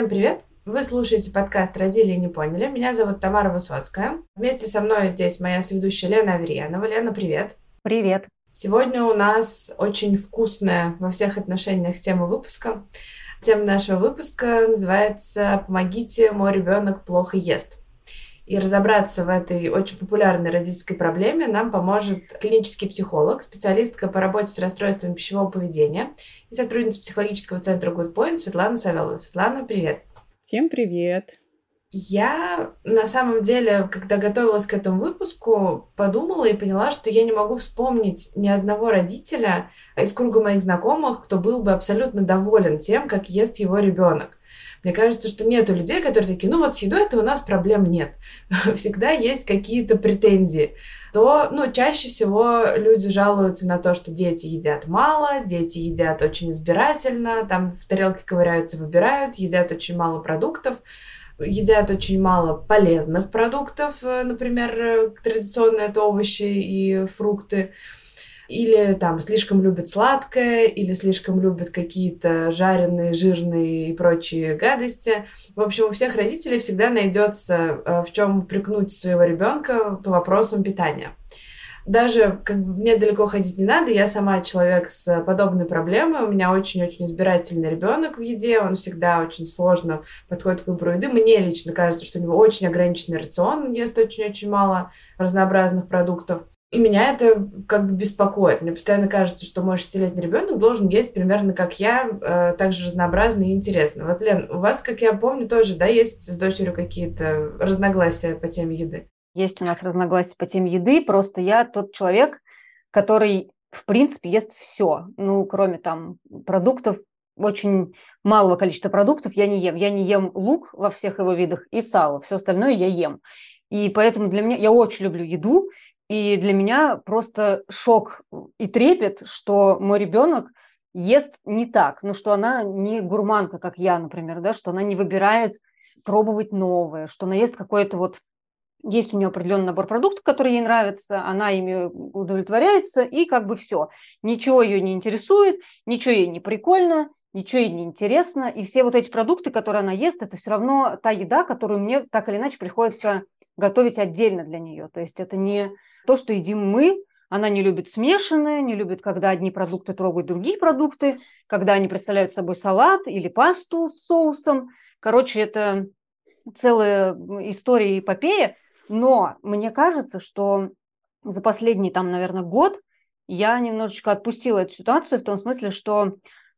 Всем привет! Вы слушаете подкаст «Родили и не поняли». Меня зовут Тамара Высоцкая. Вместе со мной здесь моя соведущая Лена Аверьянова. Лена, привет! Привет! Сегодня у нас очень вкусная во всех отношениях тема выпуска. Тема нашего выпуска называется «Помогите, мой ребенок плохо ест». И разобраться в этой очень популярной родительской проблеме нам поможет клинический психолог, специалистка по работе с расстройствами пищевого поведения и сотрудница психологического центра Good Point Светлана Савелова. Светлана, привет! Всем привет! Я на самом деле, когда готовилась к этому выпуску, подумала и поняла, что я не могу вспомнить ни одного родителя из круга моих знакомых, кто был бы абсолютно доволен тем, как ест его ребенок. Мне кажется, что нету людей, которые такие, с едой-то у нас проблем нет. Всегда есть какие-то претензии. Чаще всего люди жалуются на то, что дети едят мало, дети едят очень избирательно, там в тарелке ковыряются, выбирают, едят очень мало продуктов, едят очень мало полезных продуктов, например, традиционные это овощи и фрукты. Или там слишком любят сладкое, или слишком любят какие-то жареные, жирные и прочие гадости. В общем, у всех родителей всегда найдется в чем упрекнуть своего ребенка по вопросам питания. Даже мне далеко ходить не надо, я сама человек с подобной проблемой, у меня очень-очень избирательный ребенок в еде, он всегда очень сложно подходит к выбору еды. Мне лично кажется, что у него очень ограниченный рацион, он ест очень-очень мало разнообразных продуктов. И меня это беспокоит. Мне постоянно кажется, что мой 6-летний ребенок должен есть примерно как я, так же разнообразно и интересно. Вот, Лен, у вас, как я помню, тоже, есть с дочерью какие-то разногласия по теме еды? Есть у нас разногласия по теме еды, просто я тот человек, который, в принципе, ест все. Кроме продуктов, очень малого количества продуктов я не ем. Я не ем лук во всех его видах и сало. Все остальное я ем. И поэтому для меня, я очень люблю еду, и для меня просто шок и трепет, что мой ребенок ест не так, что она не гурманка, как я, например, что она не выбирает пробовать новое, что она ест какое-то есть у нее определенный набор продуктов, которые ей нравятся, она ими удовлетворяется, и все. Ничего ее не интересует, ничего ей не прикольно, ничего ей не интересно, и все эти продукты, которые она ест, это все равно та еда, которую мне так или иначе приходится готовить отдельно для нее. То есть это не то, что едим мы. Она не любит смешанное, не любит, когда одни продукты трогают другие продукты, когда они представляют собой салат или пасту с соусом. Это целая история и эпопея. Но мне кажется, что за последний, наверное, год я немножечко отпустила эту ситуацию в том смысле, что,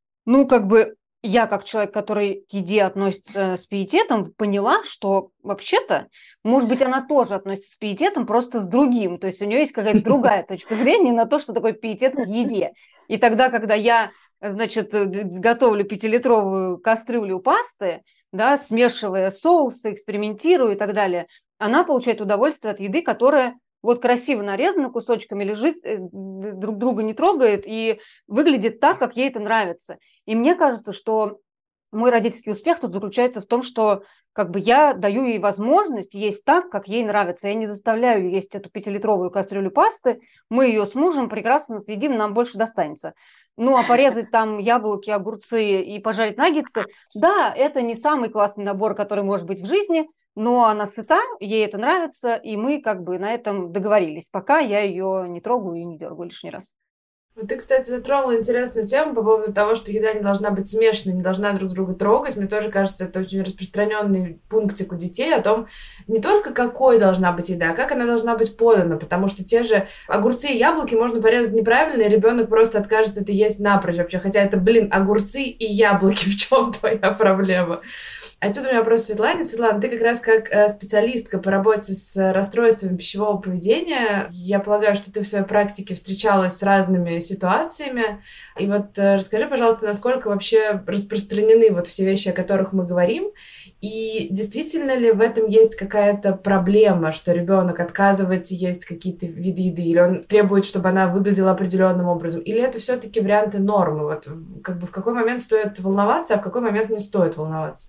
я, как человек, который к еде относится с пиететом, поняла, что вообще-то, может быть, она тоже относится с пиететом, просто с другим. То есть у нее есть какая-то другая точка зрения на то, что такое пиетет в еде. И тогда, когда я, готовлю 5-литровую кастрюлю пасты, смешивая соусы, экспериментирую и так далее, она получает удовольствие от еды, которая красиво нарезана кусочками, лежит, друг друга не трогает и выглядит так, как ей это нравится. И мне кажется, что мой родительский успех тут заключается в том, что я даю ей возможность есть так, как ей нравится. Я не заставляю ее есть эту 5-литровую кастрюлю пасты, мы ее с мужем прекрасно съедим, нам больше достанется. А порезать яблоки, огурцы и пожарить наггетсы, да, это не самый классный набор, который может быть в жизни, но она сыта, ей это нравится, и мы на этом договорились, пока я ее не трогаю и не дергаю лишний раз. Ты, кстати, затронула интересную тему по поводу того, что еда не должна быть смешанной, не должна друг друга трогать. Мне тоже кажется, это очень распространенный пунктик у детей о том, не только какой должна быть еда, а как она должна быть подана, потому что те же огурцы и яблоки можно порезать неправильно, и ребенок просто откажется это есть напрочь вообще. Хотя это, огурцы и яблоки, в чем твоя проблема? Отсюда у меня вопрос Светлане. Светлана, ты как раз как специалистка по работе с расстройствами пищевого поведения, я полагаю, что ты в своей практике встречалась с разными ситуациями. И расскажи, пожалуйста, насколько вообще распространены все вещи, о которых мы говорим, и действительно ли в этом есть какая-то проблема, что ребенок отказывается есть какие-то виды еды, или он требует, чтобы она выглядела определенным образом, или это все-таки варианты нормы? В какой момент стоит волноваться, а в какой момент не стоит волноваться?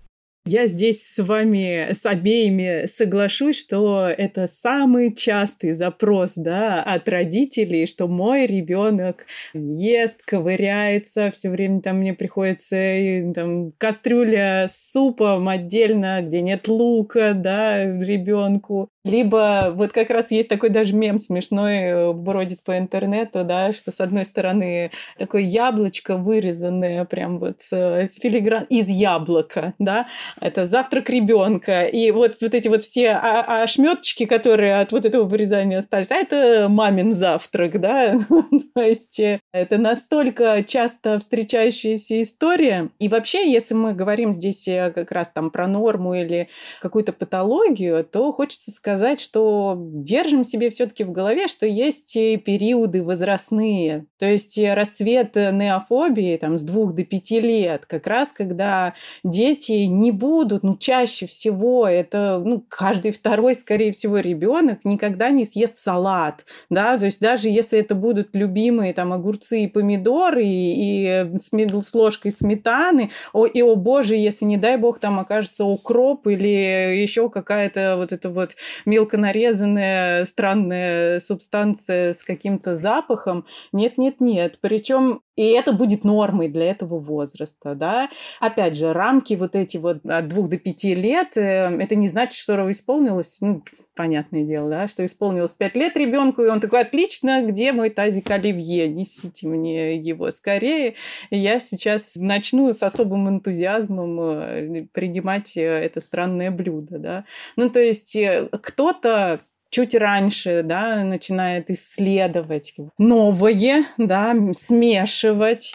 Я здесь с вами, с обеими соглашусь, что это самый частый запрос, да, от родителей, что мой ребенок ест, ковыряется, все время там мне приходится там, кастрюля с супом отдельно, где нет лука, да, ребенку. Либо вот как раз есть такой даже мем смешной, бродит по интернету, да, что с одной стороны такое яблочко вырезанное прям вот филигран из яблока, да, это завтрак ребенка. И вот эти вот все ошметочки, которые от вот этого вырезания остались, а это мамин завтрак, да. То есть это настолько часто встречающаяся история. И вообще, если мы говорим здесь как раз там про норму или какую-то патологию, то хочется сказать, что держим себе все-таки в голове, что есть периоды возрастные. То есть расцвет неофобии там, с 2 до 5 лет, как раз когда дети не будут, чаще всего это, каждый второй, скорее всего, ребенок никогда не съест салат, да, то есть даже если это будут любимые там огурцы и помидоры и с ложкой сметаны, о боже, если, не дай бог, там окажется укроп или еще какая-то вот эта вот мелко нарезанная странная субстанция с каким-то запахом, нет, причем и это будет нормой для этого возраста, да. Опять же, рамки вот эти вот от 2 до 5 лет, это не значит, что исполнилось, понятное дело, да, что исполнилось 5 лет ребенку, и он такой: отлично, где мой тазик оливье? Несите мне его скорее. И я сейчас начну с особым энтузиазмом принимать это странное блюдо, да. То есть кто-то чуть раньше, да, начинает исследовать новое, да, смешивать.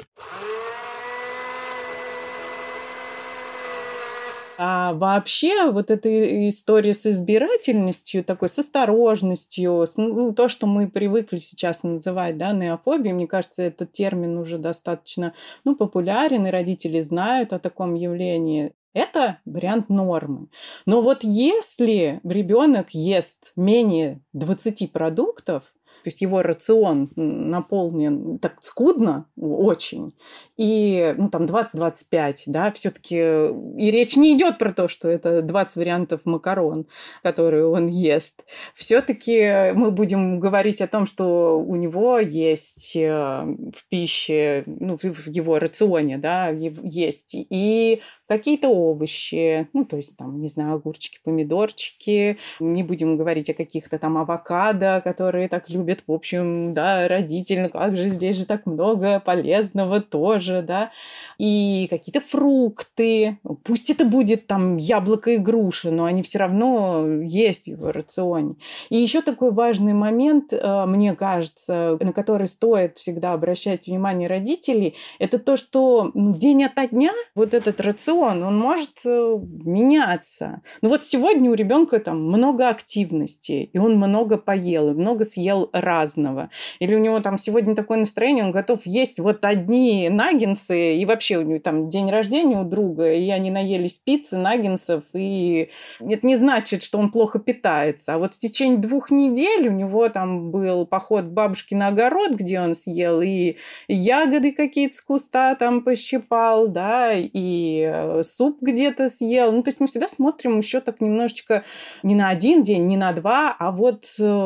А вообще вот эта история с избирательностью, такой с осторожностью, то, что мы привыкли сейчас называть, да, неофобией, мне кажется, этот термин уже достаточно, популярен, и родители знают о таком явлении. Это вариант нормы. Но вот если ребенок ест менее 20 продуктов, то есть его рацион наполнен так скудно очень, и там 20-25, да, все-таки и речь не идет про то, что это 20 вариантов макарон, которые он ест. Все-таки мы будем говорить о том, что у него есть в пище, в его рационе, да, есть и какие-то овощи, то есть там, не знаю, огурчики, помидорчики. Не будем говорить о каких-то там авокадо, которые так любят, в общем, да, родители. Как же здесь же так много полезного тоже, да. И какие-то фрукты. Пусть это будет там яблоко и груша, но они все равно есть в его рационе. И еще такой важный момент, мне кажется, на который стоит всегда обращать внимание родителей, это то, что день ото дня вот этот рацион, он может меняться. Вот сегодня у ребенка там много активности, и он много поел, и много съел разного. Или у него там сегодня такое настроение, он готов есть вот одни наггинсы, и вообще у него там день рождения у друга, и они наелись пиццы, наггинсов, и это не значит, что он плохо питается. А вот в течение 2 недель у него там был поход к бабушке на огород, где он съел и ягоды какие-то с куста там пощипал, да, и суп где-то съел. То есть мы всегда смотрим еще так немножечко не на 1 день, не на 2, а вот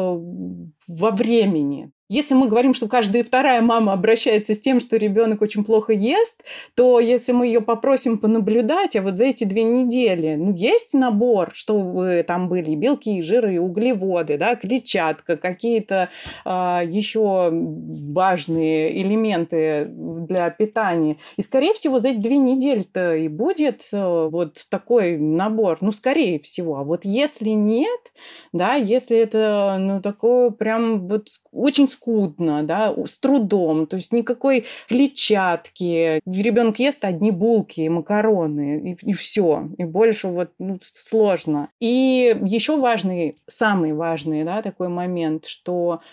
во времени. Если мы говорим, что каждая вторая мама обращается с тем, что ребенок очень плохо ест, то если мы ее попросим понаблюдать, а вот за эти 2 недели, есть набор, что там были белки, жиры, углеводы, да, клетчатка, какие-то еще важные элементы для питания. И, скорее всего, за эти 2 недели-то и будет вот такой набор. Скорее всего. А вот если нет, да, если это, такое прям вот очень скудно, да, с трудом, то есть никакой клетчатки. Ребенок ест одни булки и макароны, и все. И больше вот сложно. И еще важный, самый важный, да, такой момент, что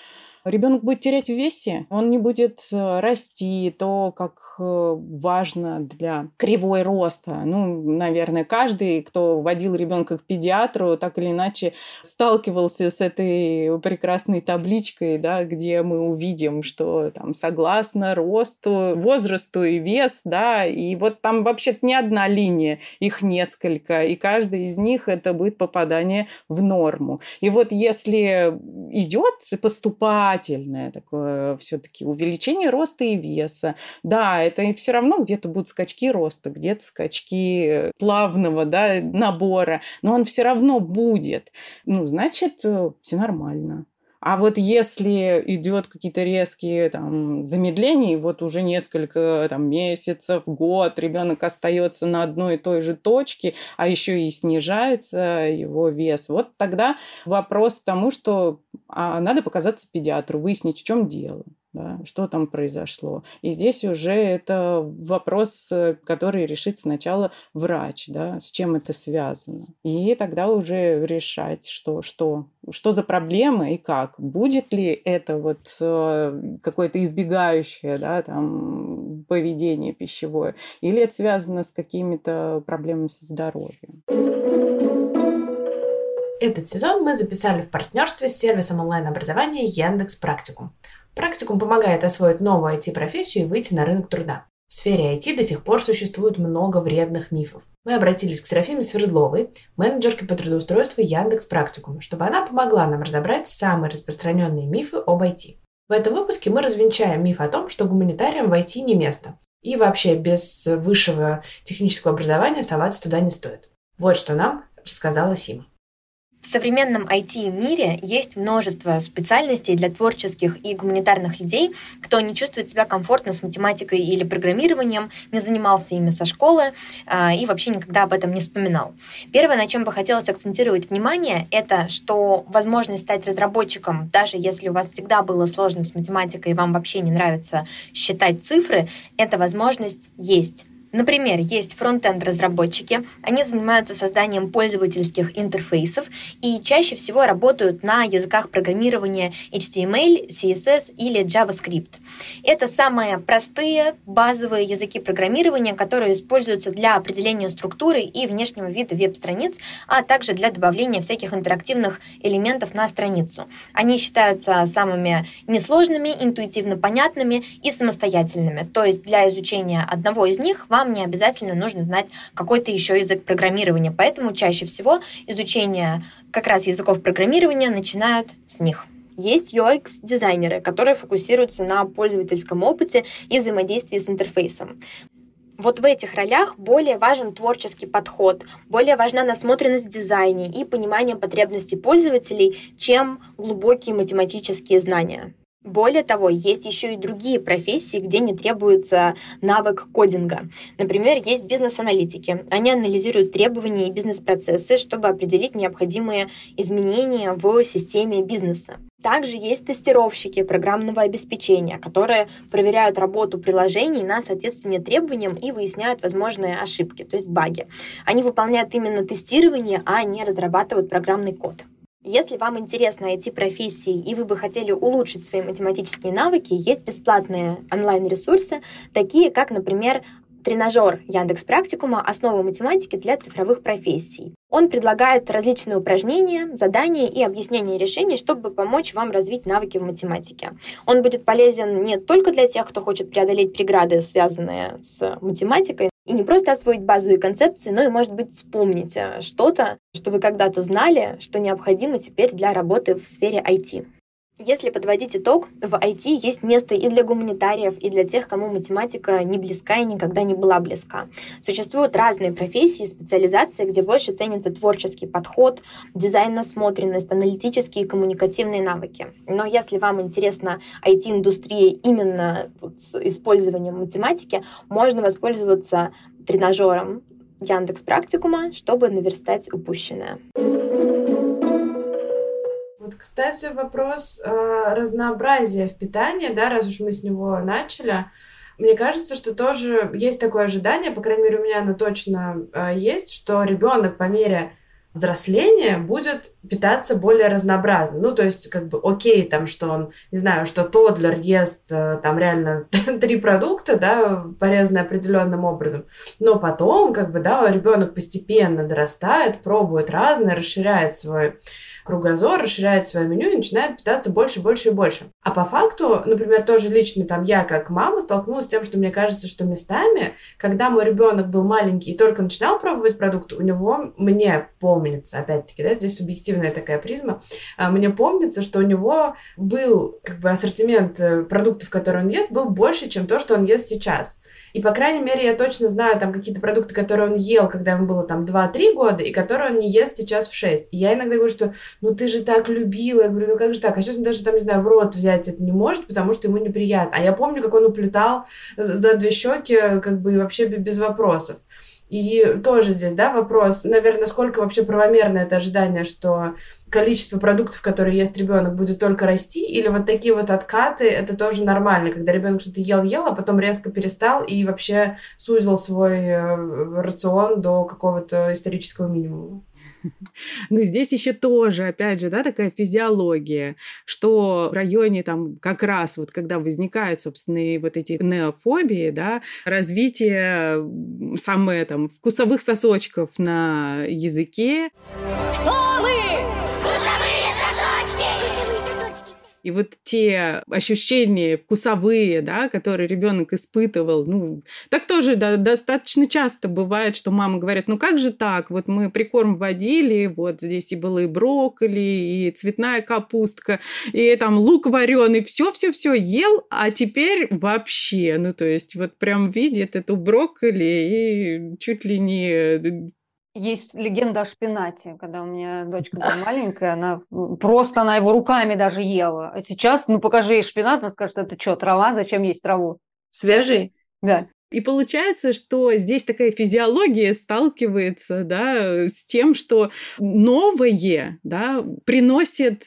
Ребенок будет терять в весе, он не будет расти, то, как важно для кривой роста. Наверное, каждый, кто водил ребенка к педиатру, так или иначе сталкивался с этой прекрасной табличкой, да, где мы увидим, что там согласно росту, возрасту и вес, да, и вот там вообще-то не одна линия, их несколько, и каждый из них это будет попадание в норму. И вот если идет поступательное такое все-таки увеличение роста и веса, да, это все равно где-то будут скачки роста, где-то скачки плавного, да, набора, но он все равно будет. Значит, все нормально. А вот если идет какие-то резкие там замедления, и вот уже несколько там месяцев, год ребенок остается на одной и той же точке, а еще и снижается его вес, вот тогда вопрос к тому, что надо показаться педиатру, выяснить, в чем дело. Да, что там произошло. И здесь уже это вопрос, который решит сначала врач, да, с чем это связано. И тогда уже решать, что за проблема и как. Будет ли это вот какое-то избегающее, да, там, поведение пищевое, или это связано с какими-то проблемами со здоровьем. Этот сезон мы записали в партнерстве с сервисом онлайн-образования Яндекс.Практикум. Практикум помогает освоить новую IT-профессию и выйти на рынок труда. В сфере IT до сих пор существует много вредных мифов. Мы обратились к Серафиме Свердловой, менеджерке по трудоустройству Яндекс.Практикум, чтобы она помогла нам разобрать самые распространенные мифы об IT. В этом выпуске мы развенчаем миф о том, что гуманитариям в IT не место. И вообще без высшего технического образования соваться туда не стоит. Вот что нам рассказала Сима. В современном IT-мире есть множество специальностей для творческих и гуманитарных людей, кто не чувствует себя комфортно с математикой или программированием, не занимался ими со школы и вообще никогда об этом не вспоминал. Первое, на чем бы хотелось акцентировать внимание, это что возможность стать разработчиком, даже если у вас всегда было сложно с математикой и вам вообще не нравится считать цифры, эта возможность есть. Например, есть фронт-энд-разработчики, они занимаются созданием пользовательских интерфейсов и чаще всего работают на языках программирования HTML, CSS или JavaScript. Это самые простые, базовые языки программирования, которые используются для определения структуры и внешнего вида веб-страниц, а также для добавления всяких интерактивных элементов на страницу. Они считаются самыми несложными, интуитивно понятными и самостоятельными. То есть для изучения одного из них вам не обязательно нужно знать какой-то еще язык программирования, поэтому чаще всего изучение как раз языков программирования начинают с них. Есть UX-дизайнеры, которые фокусируются на пользовательском опыте и взаимодействии с интерфейсом. Вот в этих ролях более важен творческий подход, более важна насмотренность в дизайне и понимание потребностей пользователей, чем глубокие математические знания. Более того, есть еще и другие профессии, где не требуется навык кодинга. Например, есть бизнес-аналитики. Они анализируют требования и бизнес-процессы, чтобы определить необходимые изменения в системе бизнеса. Также есть тестировщики программного обеспечения, которые проверяют работу приложений на соответствие требованиям и выясняют возможные ошибки, то есть баги. Они выполняют именно тестирование, а не разрабатывают программный код. Если вам интересны IT-профессии и вы бы хотели улучшить свои математические навыки, есть бесплатные онлайн-ресурсы, такие как, например, тренажер Яндекс.Практикума «Основы математики для цифровых профессий». Он предлагает различные упражнения, задания и объяснения решений, чтобы помочь вам развить навыки в математике. Он будет полезен не только для тех, кто хочет преодолеть преграды, связанные с математикой, и не просто освоить базовые концепции, но и, может быть, вспомнить что-то, что вы когда-то знали, что необходимо теперь для работы в сфере IT. Если подводить итог, в IT есть место и для гуманитариев, и для тех, кому математика не близка и никогда не была близка. Существуют разные профессии и специализации, где больше ценится творческий подход, дизайн-насмотренность, аналитические и коммуникативные навыки. Но если вам интересна IT-индустрия именно с использованием математики, можно воспользоваться тренажером Яндекс.Практикума, чтобы наверстать упущенное. Вот, кстати, вопрос разнообразия в питании, да, раз уж мы с него начали. Мне кажется, что тоже есть такое ожидание, по крайней мере, у меня оно точно есть, что ребенок по мере взросления будет питаться более разнообразно. Ну, то есть, как бы, окей, там, что он, не знаю, что тоддлер ест там реально 3 продукта, да, порезанные определенным образом, но потом, как бы, да, ребенок постепенно дорастает, пробует разное, расширяет свой кругозор, расширяет свое меню и начинает питаться больше, больше и больше. А по факту, например, тоже лично там я как мама столкнулась с тем, что мне кажется, что местами, когда мой ребенок был маленький и только начинал пробовать продукты, у него, мне помнится, опять-таки, да, здесь субъективная такая призма, мне помнится, что у него был как бы ассортимент продуктов, которые он ест, был больше, чем то, что он ест сейчас. И, по крайней мере, я точно знаю там какие-то продукты, которые он ел, когда ему было там 2-3 года, и которые он не ест сейчас в 6. И я иногда говорю, что ну ты же так любила. Я говорю, ну как же так? А сейчас он даже там, не знаю, в рот взять это не может, потому что ему неприятно. А я помню, как он уплетал за 2 щеки, как бы вообще без вопросов. И тоже здесь, да, вопрос, наверное, насколько вообще правомерно это ожидание, что количество продуктов, которые ест ребенок, будет только расти, или вот такие вот откаты, это тоже нормально, когда ребенок что-то ел, а потом резко перестал и вообще сузил свой рацион до какого-то исторического минимума. Ну, здесь еще тоже, опять же, да, такая физиология, что в районе там как раз вот когда возникают, собственно, и вот эти неофобии, да, развитие самое там вкусовых сосочков на языке. Что мы? Вкусовые сосочки! И вот те ощущения вкусовые, да, которые ребенок испытывал, ну, так тоже достаточно часто бывает, что мамы говорят, ну как же так, вот мы прикорм вводили, вот здесь и было и брокколи, и цветная капустка, и там лук вареный, все-все-все ел, а теперь вообще, ну то есть вот прям видит эту брокколи и чуть ли не... Есть легенда о шпинате, когда у меня дочка была маленькая, она его руками даже ела. А сейчас, ну, покажи ей шпинат, она скажет, это что, трава, зачем есть траву? Свежий? Да. И получается, что здесь такая физиология сталкивается, да, с тем, что новое, да, приносит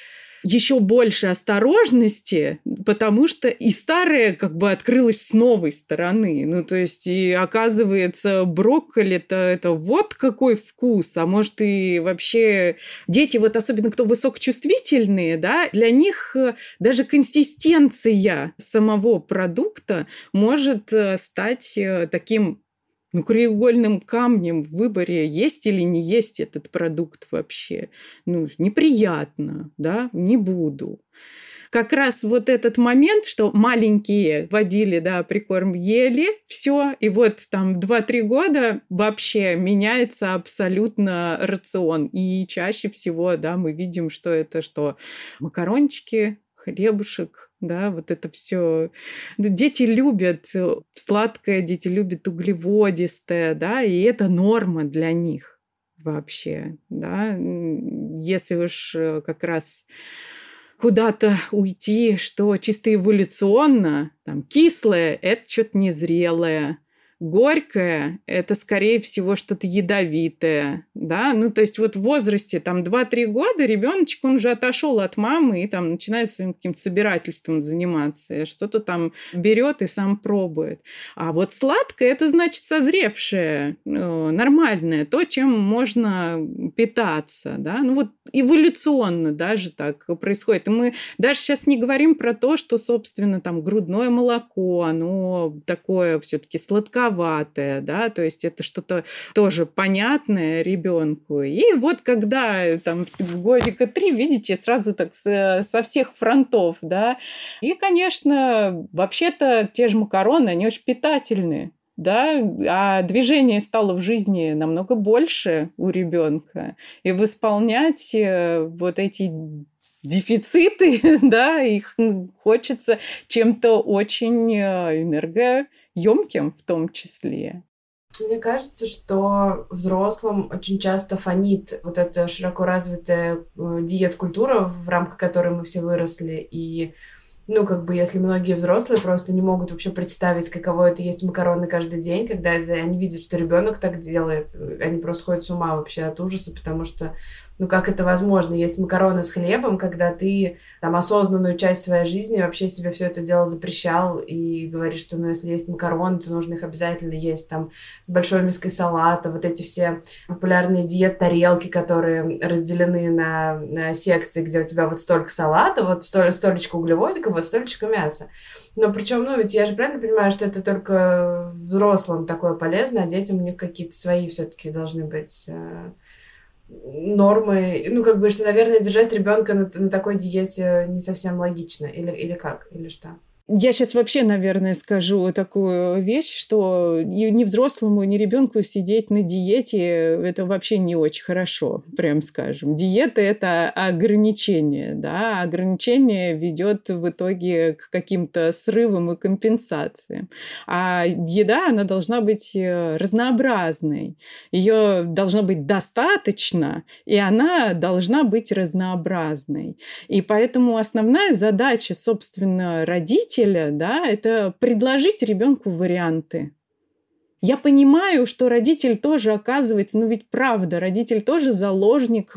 еще больше осторожности, потому что и старое как бы открылось с новой стороны. Ну, то есть, и оказывается, брокколи-то это вот какой вкус, а может и вообще дети, вот особенно кто высокочувствительные, да, для них даже консистенция самого продукта может стать таким краеугольным камнем в выборе, есть или не есть этот продукт вообще. Ну, неприятно, да, не буду. Как раз вот этот момент, что маленькие водили, да, прикорм ели, все, и вот там 2-3 года вообще меняется абсолютно рацион. И чаще всего, да, мы видим, что это что? Макарончики, хлебушек, да, вот это все. Дети любят сладкое, дети любят углеводистое, да, и это норма для них вообще, да. Если уж как раз куда-то уйти, что чисто эволюционно, там, кислое – это что-то незрелое, горькое – это, скорее всего, что-то ядовитое, да, ну, то есть вот в возрасте, там, 2-3 года ребеночек, он уже отошел от мамы и там начинает своим каким-то собирательством заниматься, что-то там берет и сам пробует. А вот сладкое – это, значит, созревшее, нормальное, то, чем можно питаться, да, ну, вот эволюционно даже так происходит. И мы даже сейчас не говорим про то, что, собственно, там, грудное молоко, оно такое все-таки сладковатое, да, то есть это что-то тоже понятное ребенку. И вот когда там в годика 3, видите, сразу так со всех фронтов, да. И, конечно, вообще-то те же макароны, они очень питательные. Да, а движение стало в жизни намного больше у ребенка. И восполнять вот эти дефициты, да, их хочется чем-то очень энергоемким в том числе. Мне кажется, что взрослым очень часто фонит вот эта широко развитая диет-культура, в рамках которой мы все выросли, и ну, как бы, если многие взрослые просто не могут вообще представить, каково это есть макароны каждый день, когда они видят, что ребенок так делает, они просто ходят с ума вообще от ужаса, потому что, ну как это возможно, есть макароны с хлебом, когда ты там осознанную часть своей жизни вообще себе все это дело запрещал и говоришь, что ну если есть макароны, то нужно их обязательно есть там с большой миской салата, вот эти все популярные диет-тарелки, которые разделены на секции, где у тебя вот столько салата, вот столечко углеводиков, вот столечко мяса. Но причем, ну, ведь я же правильно понимаю, что это только взрослым такое полезно, а детям у них какие-то свои все-таки должны быть нормы. Ну, как бы, что, наверное, держать ребенка на такой диете не совсем логично. Или как? Или что? Я сейчас вообще, наверное, скажу такую вещь, что ни взрослому, ни ребенку сидеть на диете – это вообще не очень хорошо, прям скажем. Диета – это ограничение, да, ограничение ведет в итоге к каким-то срывам и компенсациям. А еда, она должна быть разнообразной, ее должно быть достаточно, и она должна быть разнообразной. И поэтому основная задача, собственно, родителей, да, это предложить ребенку варианты. Я понимаю, что родитель тоже оказывается, ну ведь правда, родитель тоже заложник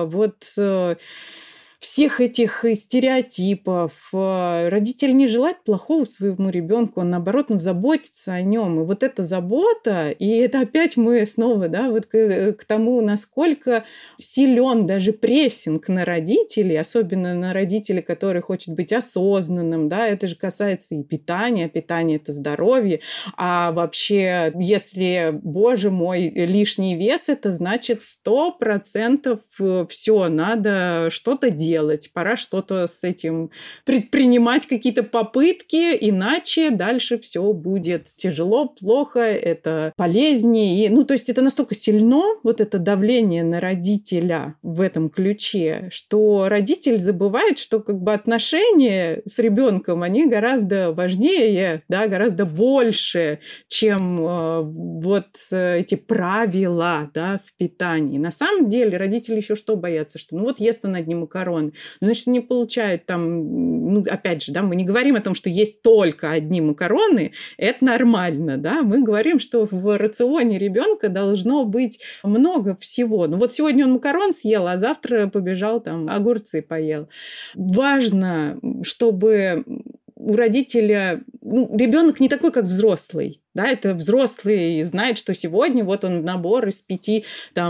всех этих стереотипов. Родитель не желает плохого своему ребенку, он, наоборот, он заботится о нем. И вот эта забота, и это опять мы снова, да, вот к тому, насколько силен даже прессинг на родителей, особенно на родителей, который хочет быть осознанным, да, это же касается и питания, питание – это здоровье, а вообще, если, боже мой, лишний вес, это значит 100% все, надо что-то делать, пора что-то с этим предпринимать, какие-то попытки, иначе дальше все будет тяжело, плохо, это полезнее. Ну, то есть это настолько сильно, вот это давление на родителя в этом ключе, что родитель забывает, что как бы отношения с ребенком, они гораздо важнее, да, гораздо больше, чем вот эти правила, да, в питании. На самом деле родители еще что боятся, что ну вот ест он одни макароны, значит, не получает там, ну, опять же, да, мы не говорим о том, что есть только одни макароны, это нормально, да, мы говорим, что в рационе ребенка должно быть много всего. Ну, вот сегодня он макарон съел, а завтра побежал там огурцы поел. Важно, чтобы у родителя, ну, ребенок не такой, как взрослый. Да, это взрослый знает, что сегодня вот он набор из 5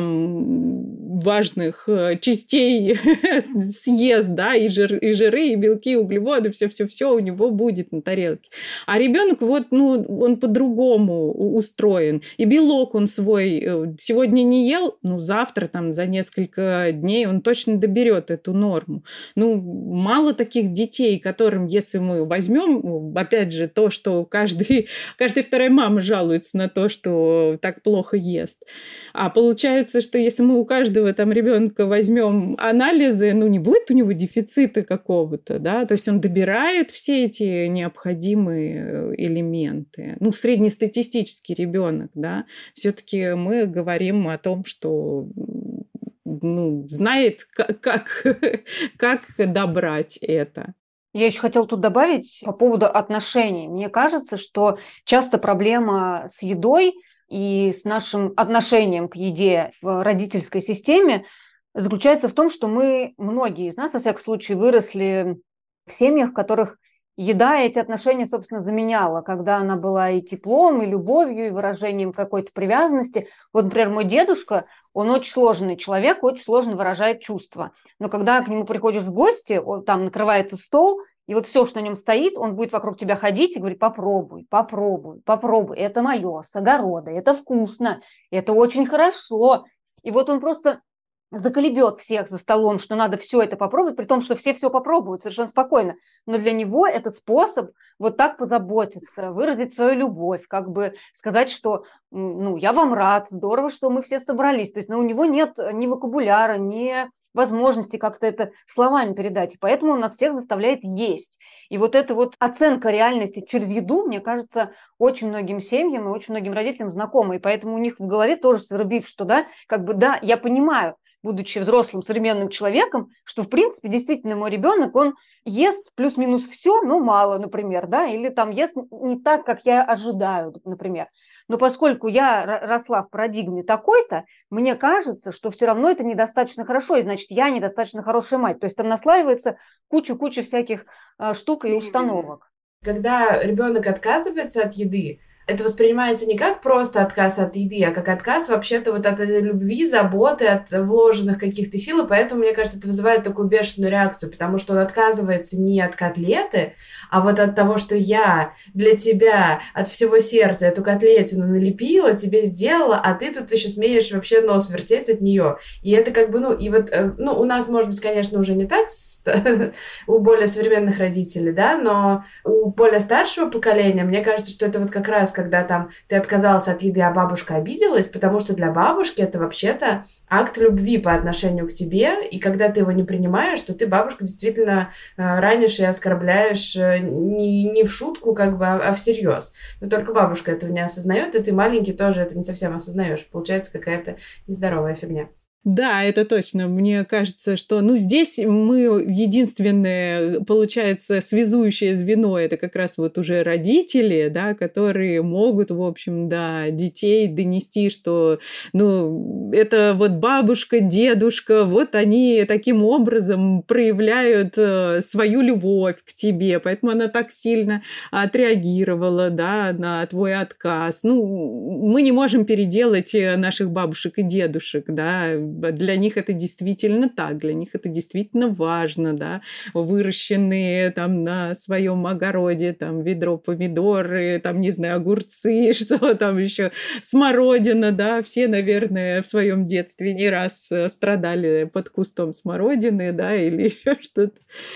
там важных частей съест, да, и жиры, и белки, и углеводы, все у него будет на тарелке. А ребенок вот, ну, он по-другому устроен. И белок он свой сегодня не ел, ну, завтра там за несколько дней он точно доберет эту норму. Ну, мало таких детей, которым, если мы возьмем, опять же, то, что каждая вторая мама жалуется на то, что так плохо ест. А получается, что если мы у каждого там ребенка возьмем анализы, ну, не будет у него дефицита какого-то, да, то есть он добирает все эти необходимые элементы. Ну, среднестатистический ребенок, да, все-таки мы говорим о том, что ну, знает, как добрать это. Я еще хотела тут добавить по поводу отношений. Мне кажется, что часто проблема с едой и с нашим отношением к еде в родительской системе заключается в том, что многие из нас, во всяком случае, выросли в семьях, в которых еда эти отношения, собственно, заменяла, когда она была и теплом, и любовью, и выражением какой-то привязанности. Вот, например, мой дедушка, он очень сложный человек, очень сложно выражает чувства. Но когда к нему приходишь в гости, там накрывается стол, и вот все, что на нем стоит, он будет вокруг тебя ходить и говорить: попробуй, попробуй, попробуй, это мое, с огорода, это вкусно, это очень хорошо. И вот он просто заколебет всех за столом, что надо все это попробовать, при том, что все попробуют совершенно спокойно. Но для него это способ вот так позаботиться, выразить свою любовь, как бы сказать, что ну, я вам рад, здорово, что мы все собрались. То есть, ну, у него нет ни вокабуляра, ни возможности как-то это словами передать. И поэтому он нас всех заставляет есть. И вот эта вот оценка реальности через еду, мне кажется, очень многим семьям и очень многим родителям знакома. И поэтому у них в голове тоже свербит, что да, как бы да, я понимаю, будучи взрослым современным человеком, что, в принципе, действительно мой ребенок, он ест плюс-минус все, но мало, например, да, или там ест не так, как я ожидаю, например. Но поскольку я росла в парадигме такой-то, мне кажется, что все равно это недостаточно хорошо, и значит, я недостаточно хорошая мать. То есть там наслаивается куча всяких штук и установок. Когда ребенок отказывается от еды, это воспринимается не как просто отказ от еды, а как отказ вообще-то вот от этой любви, заботы, от вложенных каких-то сил, и поэтому, мне кажется, это вызывает такую бешеную реакцию, потому что он отказывается не от котлеты, а вот от того, что я для тебя от всего сердца эту котлетину налепила, тебе сделала, а ты тут еще смеешь вообще нос вертеть от нее. И это как бы, и вот, у нас, может быть, конечно, уже не так у более современных родителей, да, но у более старшего поколения, мне кажется, что это вот как раз когда там ты отказался от еды, а бабушка обиделась, потому что для бабушки это вообще-то акт любви по отношению к тебе, и когда ты его не принимаешь, то ты бабушку действительно ранишь и оскорбляешь не в шутку, как бы, а всерьез. Но только бабушка этого не осознает, и ты маленький тоже это не совсем осознаешь. Получается какая-то нездоровая фигня. Да, это точно. Мне кажется, что, здесь мы единственное, получается, связующее звено, это как раз вот уже родители, да, которые могут, в общем, детей донести, что, это вот бабушка, дедушка, вот они таким образом проявляют свою любовь к тебе, поэтому она так сильно отреагировала, да, на твой отказ. Мы не можем переделать наших бабушек и дедушек, да. Для них это действительно так, для них это действительно важно, да, выращенные там на своем огороде, там ведро помидоры, там, не знаю, огурцы, что там еще, смородина, да, все, наверное, в своем детстве не раз страдали под кустом смородины, да, или еще что-то.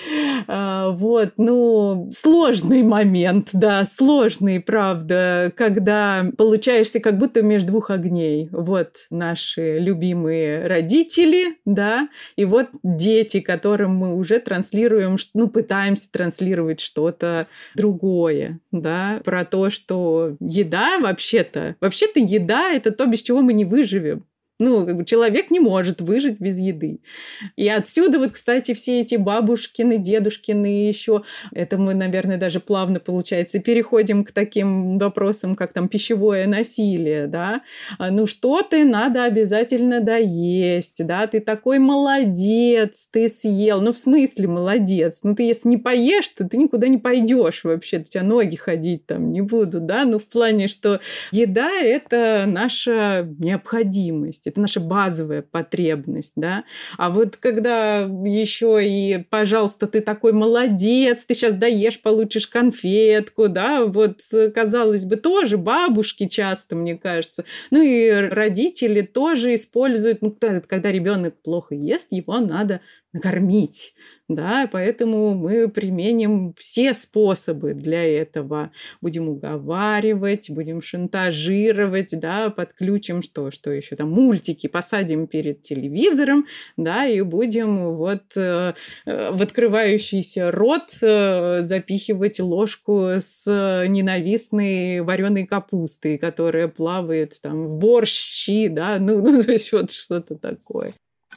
Сложный момент, да, сложный, правда, когда получаешься как будто между двух огней. Вот наши любимые родители, да, и вот дети, которым мы уже транслируем, пытаемся транслировать что-то другое, да, про то, что еда вообще-то еда – это то, без чего мы не выживем. Человек не может выжить без еды. И отсюда вот, кстати, все эти бабушкины, дедушкины еще, это мы, наверное, даже плавно, получается, переходим к таким вопросам, как там пищевое насилие, да. Что-то надо обязательно доесть, да, ты такой молодец, ты съел. В смысле молодец? Ты если не поешь, то ты никуда не пойдешь вообще, у тебя ноги ходить там не будут, да. В плане, что еда – это наша необходимость. Это наша базовая потребность, да. А вот когда еще и, пожалуйста, ты такой молодец, ты сейчас доешь, получишь конфетку, да, вот, казалось бы, тоже бабушки часто, мне кажется. И родители тоже используют, когда ребенок плохо ест, его надо накормить, да, поэтому мы применим все способы для этого. Будем уговаривать, будем шантажировать, да, подключим что еще там, мультики посадим перед телевизором, да, и будем в открывающийся рот запихивать ложку с ненавистной вареной капустой, которая плавает там в борщи, да, то есть вот что-то такое.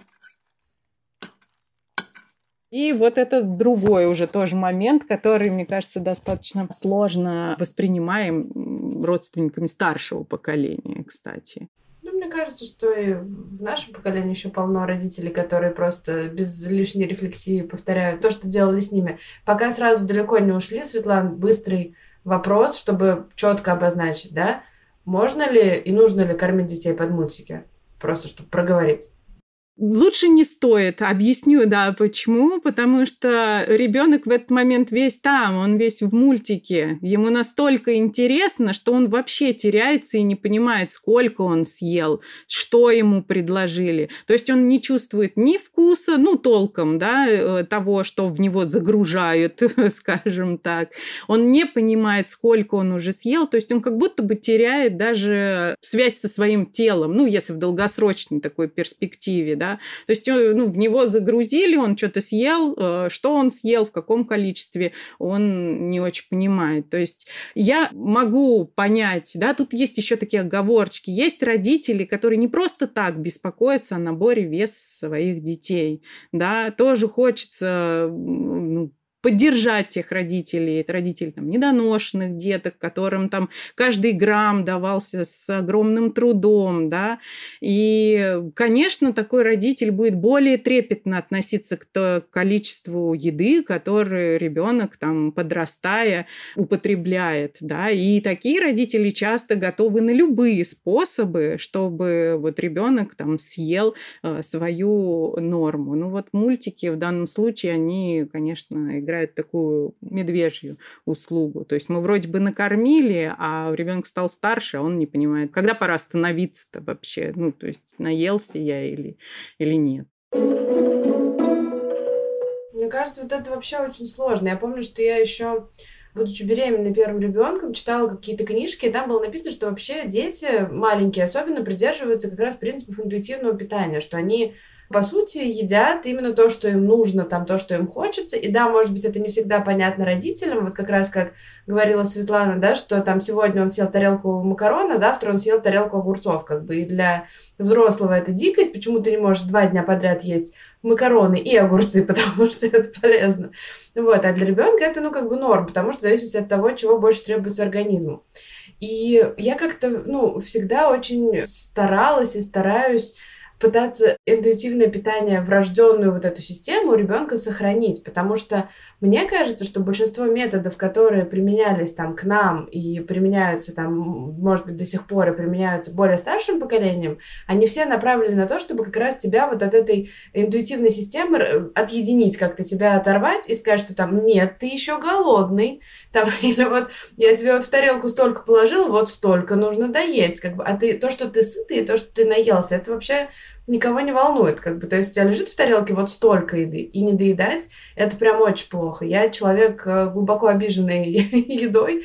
И вот это другой уже тоже момент, который, мне кажется, достаточно сложно воспринимаем родственниками старшего поколения, кстати. Мне кажется, что и в нашем поколении еще полно родителей, которые просто без лишней рефлексии повторяют то, что делали с ними. Пока сразу далеко не ушли, Светлана, быстрый вопрос, чтобы четко обозначить, да, можно ли и нужно ли кормить детей под мультики? Просто чтобы проговорить. Лучше не стоит. Объясню, да, почему. Потому что ребенок в этот момент весь там, он весь в мультике. Ему настолько интересно, что он вообще теряется и не понимает, сколько он съел, что ему предложили. То есть он не чувствует ни вкуса, толком, да, того, что в него загружают, скажем так. Он не понимает, сколько он уже съел. То есть он как будто бы теряет даже связь со своим телом. Если в долгосрочной такой перспективе, да. да, то есть в него загрузили, он что-то съел, что он съел, в каком количестве, он не очень понимает. То есть я могу понять, да, тут есть еще такие оговорочки. Есть родители, которые не просто так беспокоятся о наборе веса своих детей, да, тоже хочется поддержать тех родителей, это родители там, недоношенных деток, которым там каждый грамм давался с огромным трудом, да, и, конечно, такой родитель будет более трепетно относиться к количеству еды, которую ребенок там, подрастая, употребляет, да, и такие родители часто готовы на любые способы, чтобы вот ребенок там съел свою норму. Ну вот мультики в данном случае, они, конечно, играют такую медвежью услугу. То есть мы вроде бы накормили, а ребенок стал старше, а он не понимает, когда пора остановиться-то вообще. Ну, то есть наелся я или нет. Мне кажется, вот это вообще очень сложно. Я помню, что я еще, будучи беременной первым ребенком, читала какие-то книжки, и там было написано, что вообще дети маленькие особенно придерживаются как раз принципов интуитивного питания, что они по сути, едят именно то, что им нужно, там, то, что им хочется. И да, может быть, это не всегда понятно родителям. Вот как раз как говорила Светлана, да, что там сегодня он съел тарелку макарон, а завтра он съел тарелку огурцов. Как бы и для взрослого это дикость. Почему ты не можешь 2 дня подряд есть макароны и огурцы, потому что это полезно. Вот. А для ребенка это, норм, потому что в зависимости от того, чего больше требуется организму. И я как-то, всегда очень старалась и стараюсь пытаться интуитивное питание, врожденную вот эту систему у ребенка сохранить, потому что мне кажется, что большинство методов, которые применялись там к нам и применяются там, может быть, до сих пор и применяются более старшим поколением, они все направлены на то, чтобы как раз тебя вот от этой интуитивной системы отъединить, как-то тебя оторвать и сказать, что там нет, ты еще голодный, там, или вот я тебе вот в тарелку столько положила, вот столько нужно доесть, как бы, а ты то, что ты сытый, и то, что ты наелся, это вообще никого не волнует, как бы, то есть у тебя лежит в тарелке вот столько еды, и не доедать, это прям очень плохо. Я человек глубоко обиженный едой,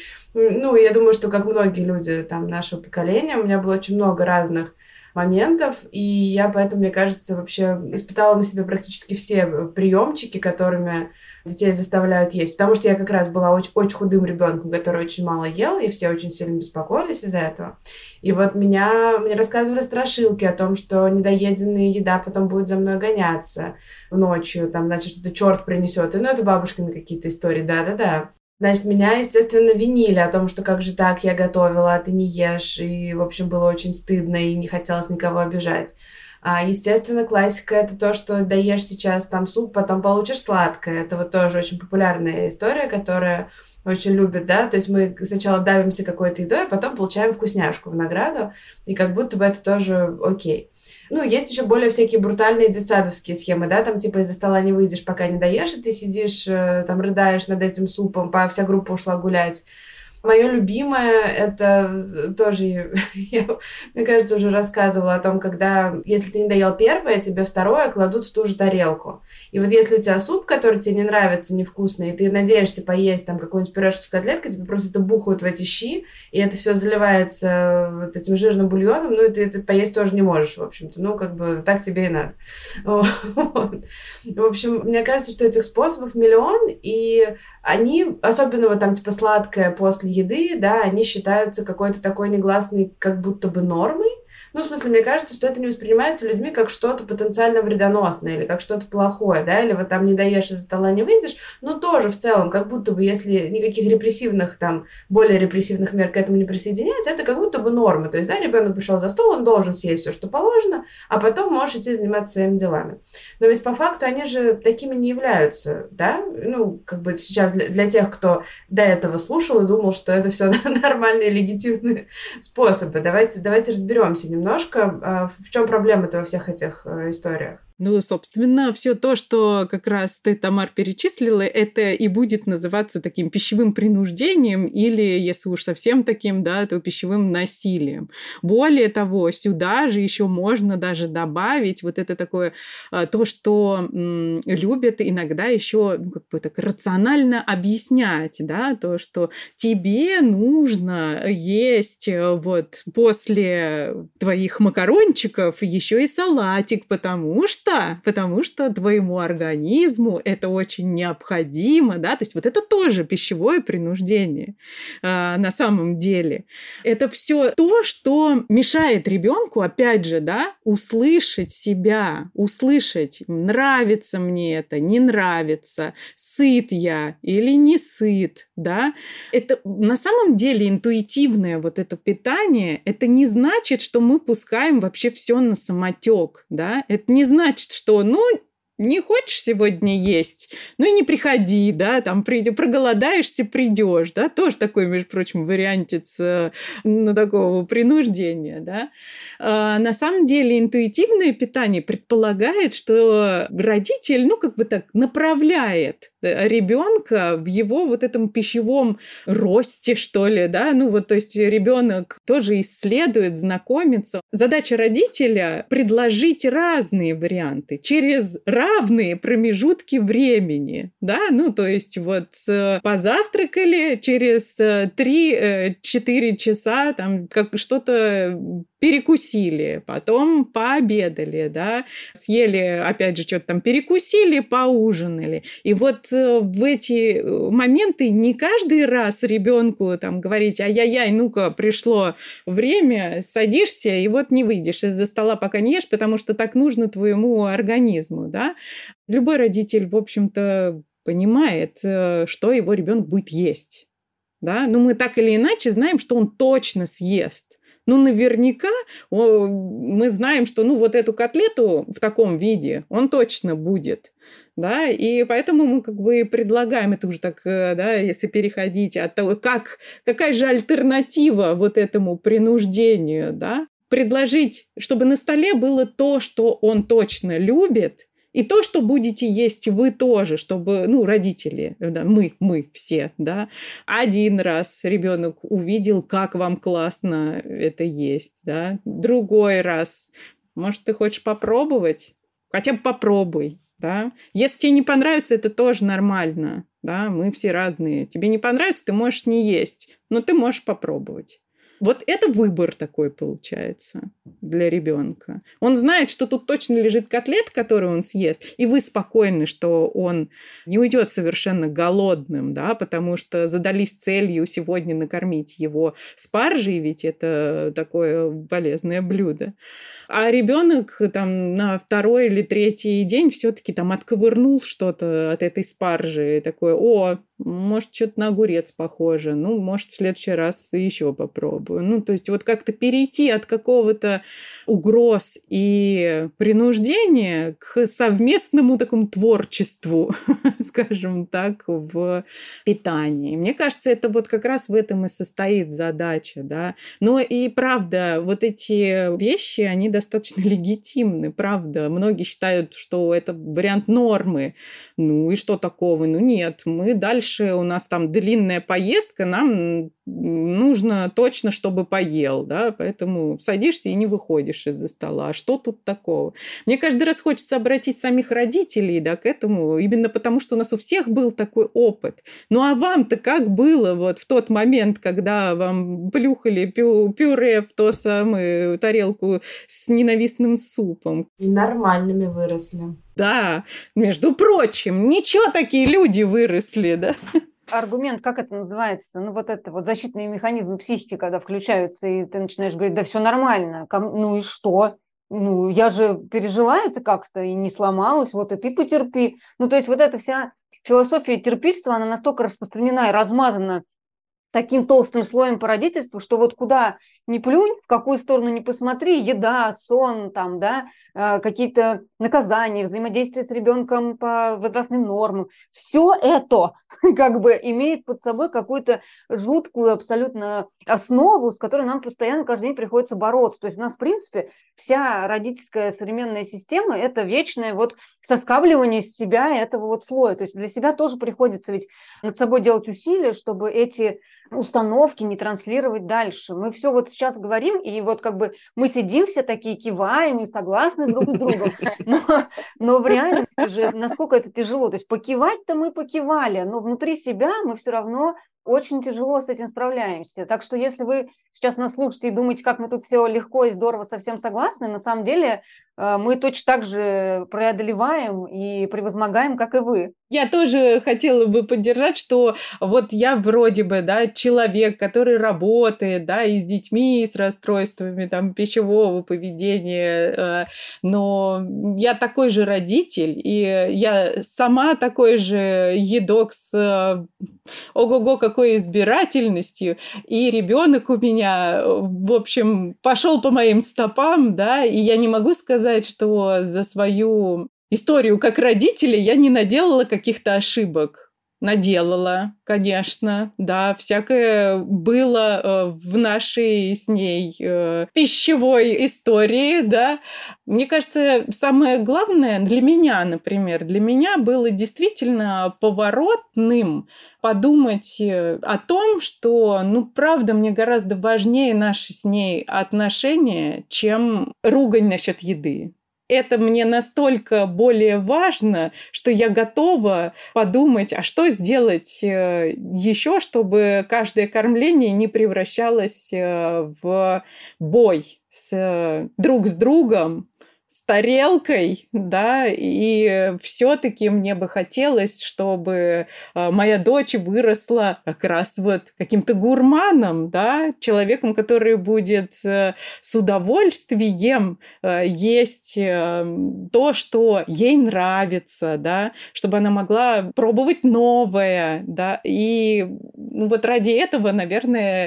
я думаю, что как многие люди там нашего поколения, у меня было очень много разных моментов, и я поэтому, мне кажется, вообще испытала на себе практически все приемчики, которыми детей заставляют есть, потому что я как раз была очень худым ребенком, который очень мало ел, и все очень сильно беспокоились из-за этого. И вот мне рассказывали страшилки о том, что недоеденная еда потом будет за мной гоняться ночью, там, значит, что-то черт принесет. И, это бабушкины какие-то истории, да-да-да. Значит, меня, естественно, винили о том, что как же так, я готовила, а ты не ешь. И, в общем, было очень стыдно, и не хотелось никого обижать. Естественно, классика — это то, что доешь сейчас там суп, потом получишь сладкое. Это вот тоже очень популярная история, которая очень любят, да, то есть мы сначала давимся какой-то едой, а потом получаем вкусняшку в награду, и как будто бы это тоже окей. Есть еще более всякие брутальные детсадовские схемы, да, там типа из-за стола не выйдешь, пока не доешь, и ты сидишь, там рыдаешь над этим супом, вся группа ушла гулять. Мое любимое, это тоже, мне кажется, уже рассказывала о том, когда, если ты не доел первое, тебе второе кладут в ту же тарелку. И вот если у тебя суп, который тебе не нравится, невкусный, и ты надеешься поесть там какую-нибудь пюрешку с котлеткой, тебе просто это бухают в эти щи, и это все заливается вот этим жирным бульоном, и ты это поесть тоже не можешь, в общем-то. Так тебе и надо. Вот. В общем, мне кажется, что этих способов миллион, и они, особенно вот там типа сладкое после еды, да, они считаются какой-то такой негласной как будто бы нормой. В смысле, мне кажется, что это не воспринимается людьми как что-то потенциально вредоносное или как что-то плохое, да, или вот там не доешь, из-за стола не выйдешь, тоже в целом, как будто бы, если никаких репрессивных, там, более репрессивных мер к этому не присоединяется, это как будто бы норма. То есть, да, ребенок пришел за стол, он должен съесть все, что положено, а потом можешь идти заниматься своими делами. Но ведь по факту они же такими не являются, да, сейчас для тех, кто до этого слушал и думал, что это все нормальные, легитимные способы. Давайте разберемся немножко, в чем проблема-то во всех этих историях. Ну, собственно, все то, что как раз ты, Тамар, перечислила, это и будет называться таким пищевым принуждением или, если уж совсем таким, да, то пищевым насилием. Более того, сюда же еще можно даже добавить вот это такое, то, что любят иногда еще как бы так рационально объяснять, да, то, что тебе нужно есть вот после твоих макарончиков еще и салатик, потому что твоему организму это очень необходимо, да, то есть вот это тоже пищевое принуждение на самом деле. Это все то, что мешает ребенку, опять же, да, услышать себя, услышать, нравится мне это, не нравится, сыт я или не сыт, да. Это на самом деле интуитивное вот это питание, это не значит, что мы пускаем вообще все на самотек, да. Это не значит, что, не хочешь сегодня есть, и не приходи, да, там проголодаешься, придешь, да, тоже такой, между прочим, вариантец такого принуждения, да. На самом деле интуитивное питание предполагает, что родитель, направляет ребенка в его вот этом пищевом росте, что ли, да, то есть ребенок тоже исследует, знакомится. Задача родителя предложить разные варианты через равные промежутки времени, да, то есть вот позавтракали, через 3-4 часа там что-то перекусили, потом пообедали, да, съели, опять же, что-то там перекусили, поужинали. И вот в эти моменты не каждый раз ребенку там говорить: ай-яй-яй, ну-ка, пришло время, садишься, и вот не выйдешь из-за стола, пока не ешь, потому что так нужно твоему организму, да. Любой родитель, в общем-то, понимает, что его ребенок будет есть, да. Но мы так или иначе знаем, что он точно съест. Наверняка мы знаем, что вот эту котлету в таком виде он точно будет, да, и поэтому мы как бы предлагаем, это уже так, да, если переходить от того, какая же альтернатива вот этому принуждению, да, предложить, чтобы на столе было то, что он точно любит, и то, что будете есть вы тоже, чтобы, родители, да, мы все, да, один раз ребенок увидел, как вам классно это есть, да, другой раз, может, ты хочешь попробовать? Хотя бы попробуй, да. Если тебе не понравится, это тоже нормально, да, мы все разные. Тебе не понравится, ты можешь не есть, но ты можешь попробовать. Вот это выбор такой получается для ребенка. Он знает, что тут точно лежит котлета, которую он съест, и вы спокойны, что он не уйдет совершенно голодным, да, потому что задались целью сегодня накормить его спаржей, ведь это такое полезное блюдо. А ребенок там на 2-й или 3-й день все-таки там отковырнул что-то от этой спаржи, такой: может, что-то на огурец похоже, может, в следующий раз еще попробую. То есть вот как-то перейти от какого-то угроз и принуждения к совместному такому творчеству, скажем так, в питании. Мне кажется, это вот как раз в этом и состоит задача, да. Но и правда, вот эти вещи, они достаточно легитимны, правда. Многие считают, что это вариант нормы. И что такого? Нет, мы дальше, у нас там длинная поездка, нам нужно точно, чтобы поел, да, поэтому садишься и не выходишь из-за стола. А что тут такого? Мне каждый раз хочется обратить самих родителей, да, к этому, именно потому, что у нас у всех был такой опыт. А вам-то как было вот в тот момент, когда вам плюхали пюре в ту самую тарелку с ненавистным супом? И нормальными выросли. Да, между прочим, ничего, такие люди выросли, да. Аргумент, как это называется? Вот это вот защитные механизмы психики, когда включаются, и ты начинаешь говорить: да все нормально, и что? Я же пережила это как-то и не сломалась, вот и ты потерпи. То есть вот эта вся философия терпильства, она настолько распространена и размазана таким толстым слоем по родительству, что вот куда не плюнь, в какую сторону не посмотри, еда, сон, там, да, какие-то наказания, взаимодействие с ребенком по возрастным нормам, все это как бы имеет под собой какую-то жуткую абсолютно основу, с которой нам постоянно каждый день приходится бороться. То есть у нас, в принципе, вся родительская современная система – это вечное вот соскабливание с себя этого вот слоя. То есть для себя тоже приходится ведь над собой делать усилия, чтобы эти установки не транслировать дальше. Мы все вот сейчас говорим, и вот как бы мы сидим все такие, киваем и согласны друг с другом, но в реальности же насколько это тяжело. То есть покивать-то мы покивали, но внутри себя мы все равно очень тяжело с этим справляемся. Так что если вы сейчас нас слушаете и думаете, как мы тут все легко и здорово совсем согласны, на самом деле мы точно так же преодолеваем и превозмогаем, как и вы. Я тоже хотела бы поддержать, что вот я вроде бы, да, человек, который работает, да, и с детьми, и с расстройствами там пищевого поведения, но я такой же родитель, и я сама такой же едок с ого-го какой избирательностью, и ребенок у меня, в общем, пошел по моим стопам, да, и я не могу сказать, что за свою историю как родителя я не наделала каких-то ошибок. Наделала, конечно, да, всякое было в нашей с ней пищевой истории, да. Мне кажется, самое главное для меня, например, для меня было действительно поворотным подумать о том, что, ну, правда, мне гораздо важнее наши с ней отношения, чем ругань насчет еды. Это мне настолько более важно, что я готова подумать, а что сделать еще, чтобы каждое кормление не превращалось в бой друг с другом, с тарелкой, да, и все-таки мне бы хотелось, чтобы моя дочь выросла как раз вот каким-то гурманом, да, человеком, который будет с удовольствием есть то, что ей нравится, да, чтобы она могла пробовать новое, да, и ну, вот ради этого, наверное,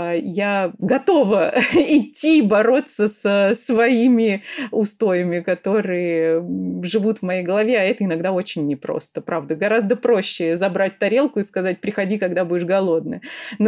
я готова идти бороться со своими устоями, которые живут в моей голове, а это иногда очень непросто, правда. Гораздо проще забрать тарелку и сказать: приходи, когда будешь голодная.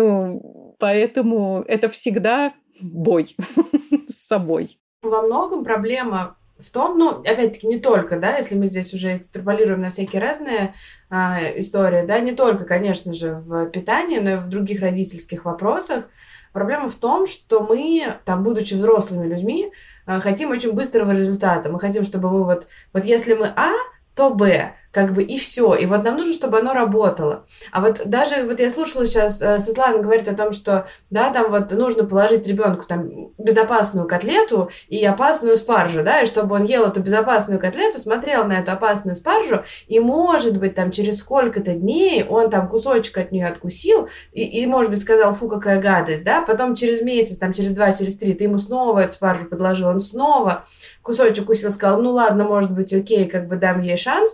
Ну, поэтому это всегда бой с собой. Во многом проблема в том, ну, опять-таки, не только, да, если мы здесь уже экстраполируем на всякие разные истории, да, не только, конечно же, в питании, но и в других родительских вопросах. Проблема в том, что мы, там, будучи взрослыми людьми, хотим очень быстрого результата. Мы хотим, чтобы мы вот если мы А, то Б, как бы и все. И вот нам нужно, чтобы оно работало. А вот даже вот я слушала сейчас, Светлана говорит о том, что да, там вот нужно положить ребенку там безопасную котлету и опасную спаржу, да, и чтобы он ел эту безопасную котлету, смотрел на эту опасную спаржу, и, может быть, там через сколько-то дней он там кусочек от нее откусил и может быть, сказал: фу, какая гадость, да, потом через месяц, там через 2, через 3 ты ему снова эту спаржу подложил, он снова кусочек укусил, сказал: ну ладно, может быть, окей, как бы дам ей шанс.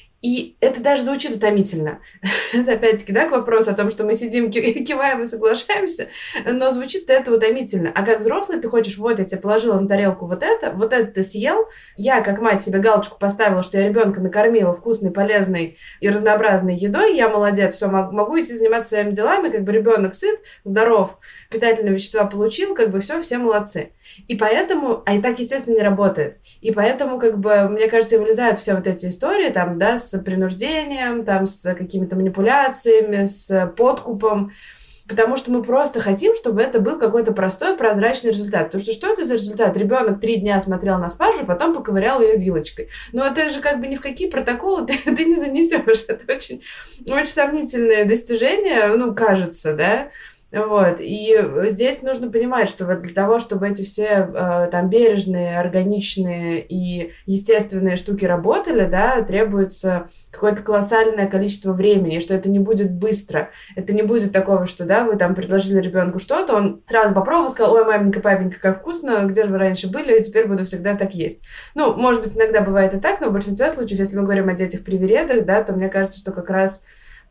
И это даже звучит утомительно. Это опять-таки, да, к вопросу о том, что мы сидим, киваем и соглашаемся, но звучит это утомительно. А как взрослый ты хочешь: вот я тебе положила на тарелку вот это ты съел, я как мать себе галочку поставила, что я ребенка накормила вкусной, полезной и разнообразной едой, я молодец, все, могу идти заниматься своими делами, как бы ребенок сыт, здоров, питательные вещества получил, как бы все молодцы. И поэтому, и так, естественно, не работает. И поэтому, как бы, мне кажется, вылезают все вот эти истории, там, да, с принуждением, там, с какими-то манипуляциями, с подкупом, потому что мы просто хотим, чтобы это был какой-то простой, прозрачный результат. Потому что это за результат? Ребенок 3 дня смотрел на спаржу, потом поковырял ее вилочкой. Но это же как бы ни в какие протоколы ты не занесешь. Это очень, очень сомнительное достижение, ну, кажется, да. Вот. И здесь нужно понимать, что вот для того, чтобы эти все там бережные, органичные и естественные штуки работали, да, требуется какое-то колоссальное количество времени, и что это не будет быстро. Это не будет такого, что, да, вы там предложили ребенку что-то, он сразу попробовал, сказал: ой, маменька, папенька, как вкусно, где же вы раньше были, и теперь буду всегда так есть. Ну, может быть, иногда бывает и так, но в большинстве случаев, если мы говорим о детях-привередах, да, то мне кажется, что как раз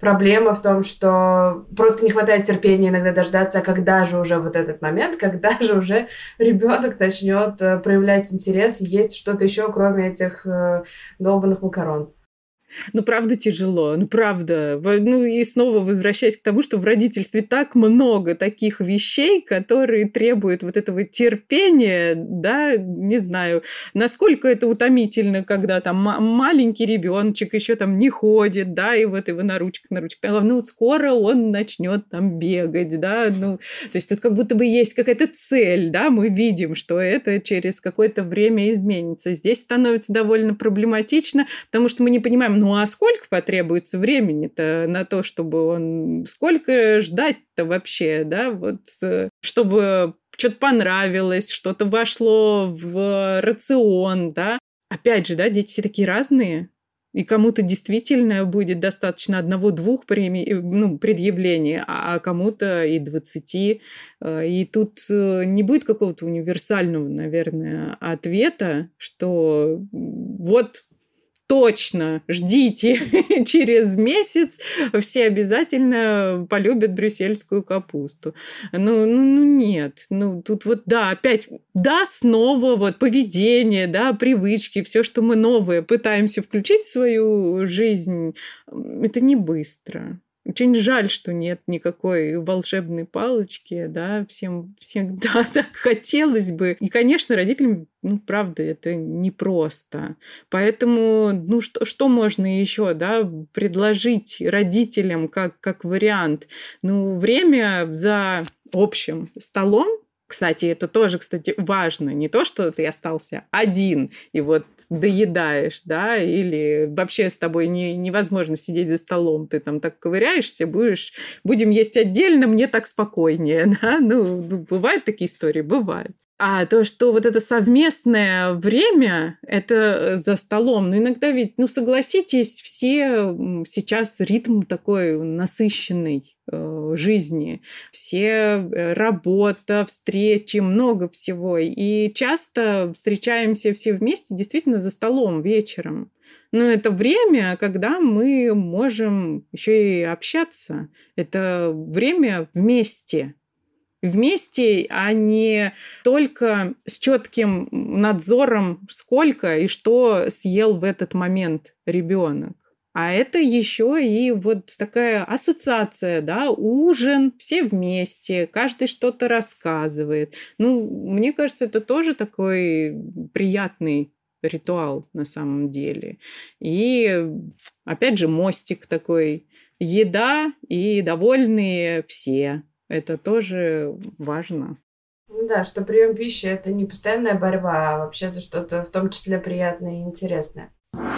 проблема в том, что просто не хватает терпения иногда дождаться, а когда же уже вот этот момент, когда же уже ребенок начнет проявлять интерес и есть что-то еще, кроме этих долбанных макарон. Ну, правда, тяжело, ну, правда. Ну, и снова возвращаясь к тому, что в родительстве так много таких вещей, которые требуют вот этого терпения, да, не знаю, насколько это утомительно, когда там маленький ребеночек еще там не ходит, да, и вот его на ручках. Ну, вот скоро он начнет там бегать, да, ну, то есть тут как будто бы есть какая-то цель, да, мы видим, что это через какое-то время изменится. Здесь становится довольно проблематично, потому что мы не понимаем, ну, а сколько потребуется времени-то на то, чтобы он... Сколько ждать-то вообще, да, вот, чтобы что-то понравилось, что-то вошло в рацион, да. Опять же, да, дети все такие разные, и кому-то действительно будет достаточно 1-2 предъявлений, а кому-то и 20. И тут не будет какого-то универсального, наверное, ответа, что вот... Точно, ждите, через месяц все обязательно полюбят брюссельскую капусту. Ну нет, ну тут вот да, опять, да, снова вот поведение, да, привычки, все, что мы новое пытаемся включить в свою жизнь, это не быстро. Очень жаль, что нет никакой волшебной палочки, да, всем всегда так хотелось бы. И, конечно, родителям, ну, правда, это непросто. Поэтому, ну, что можно еще, да, предложить родителям как вариант? Ну, время за общим столом. Кстати, это тоже, важно. Не то, что ты остался один и вот доедаешь, да, или вообще с тобой невозможно сидеть за столом, ты там так ковыряешься, будем есть отдельно, мне так спокойнее, да, ну, бывают такие истории, бывают. А то, что вот это совместное время, это за столом, ну, иногда ведь, ну, согласитесь, все сейчас ритм такой насыщенный жизни, все работа, встречи, много всего, и часто встречаемся все вместе действительно за столом вечером. Но это время, когда мы можем еще и общаться, это время вместе, а не только с четким надзором, сколько и что съел в этот момент ребенок. А это еще и вот такая ассоциация, да, ужин, все вместе, каждый что-то рассказывает. Ну, мне кажется, это тоже такой приятный ритуал на самом деле. И, опять же, мостик такой. Еда и довольные все. Это тоже важно. Ну да, что прием пищи – это не постоянная борьба, а вообще-то что-то в том числе приятное и интересное.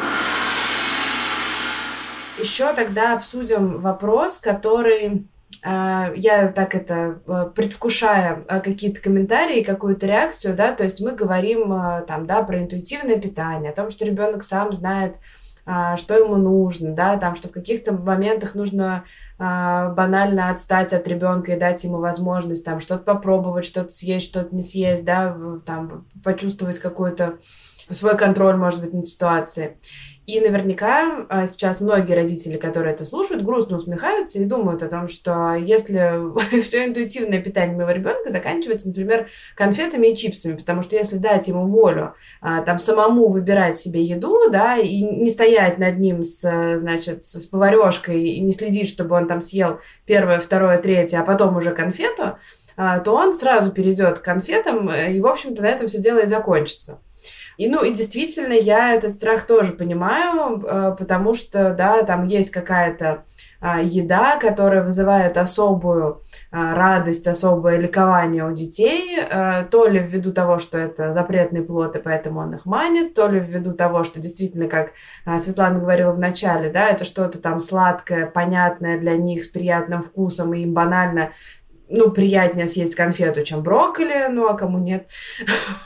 Еще тогда обсудим вопрос, который я так предвкушая какие-то комментарии, какую-то реакцию, да, то есть мы говорим там, да, про интуитивное питание, о том, что ребенок сам знает, что ему нужно, да, там, что в каких-то моментах нужно банально отстать от ребенка и дать ему возможность там что-то попробовать, что-то съесть, что-то не съесть, да, там, почувствовать какой-то свой контроль, может быть, над ситуацией. И наверняка сейчас многие родители, которые это слушают, грустно усмехаются и думают о том, что если все интуитивное питание моего ребенка заканчивается, например, конфетами и чипсами, потому что если дать ему волю там самому выбирать себе еду, да, и не стоять над ним с поварешкой и не следить, чтобы он там съел первое, второе, третье, а потом уже конфету, то он сразу перейдет к конфетам, и, в общем-то, на этом все дело и закончится. И действительно, я этот страх тоже понимаю, потому что, да, там есть какая-то еда, которая вызывает особую радость, особое ликование у детей, то ли ввиду того, что это запретный плод, и поэтому он их манит, то ли ввиду того, что действительно, как Светлана говорила в начале, да, это что-то там сладкое, понятное для них, с приятным вкусом, и им банально приятнее съесть конфету, чем брокколи, а кому нет.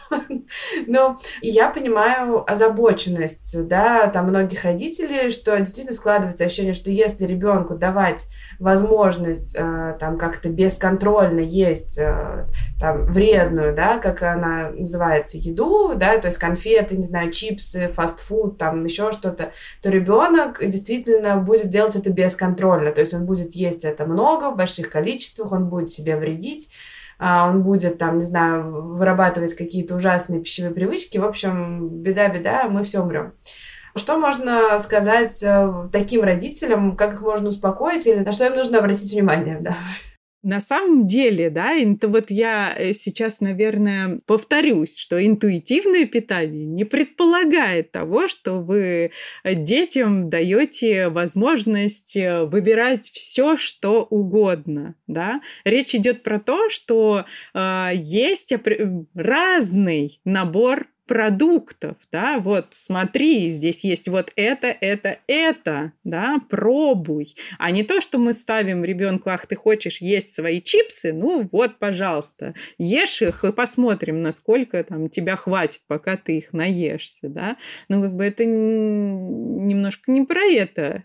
Ну, и я понимаю озабоченность, да, там многих родителей, что действительно складывается ощущение, что если ребенку давать возможность там как-то бесконтрольно есть там вредную, да, как она называется, еду, да, то есть конфеты, не знаю, чипсы, фастфуд, там еще что-то, то ребенок действительно будет делать это бесконтрольно, то есть он будет есть это много, в больших количествах, он будет себе вредить, он будет там, не знаю, вырабатывать какие-то ужасные пищевые привычки, в общем, беда, мы все умрем. Что можно сказать таким родителям, как их можно успокоить или на что им нужно обратить внимание, да? На самом деле, да, это вот я сейчас, наверное, повторюсь, что интуитивное питание не предполагает того, что вы детям даете возможность выбирать все, что угодно, да. Речь идет про то, что есть разный набор продуктов, да, вот смотри, здесь есть вот это, да, пробуй. А не то, что мы ставим ребенку, ах, ты хочешь есть свои чипсы, ну вот, пожалуйста, ешь их и посмотрим, насколько там тебя хватит, пока ты их наешься, да. Ну, как бы это немножко не про это.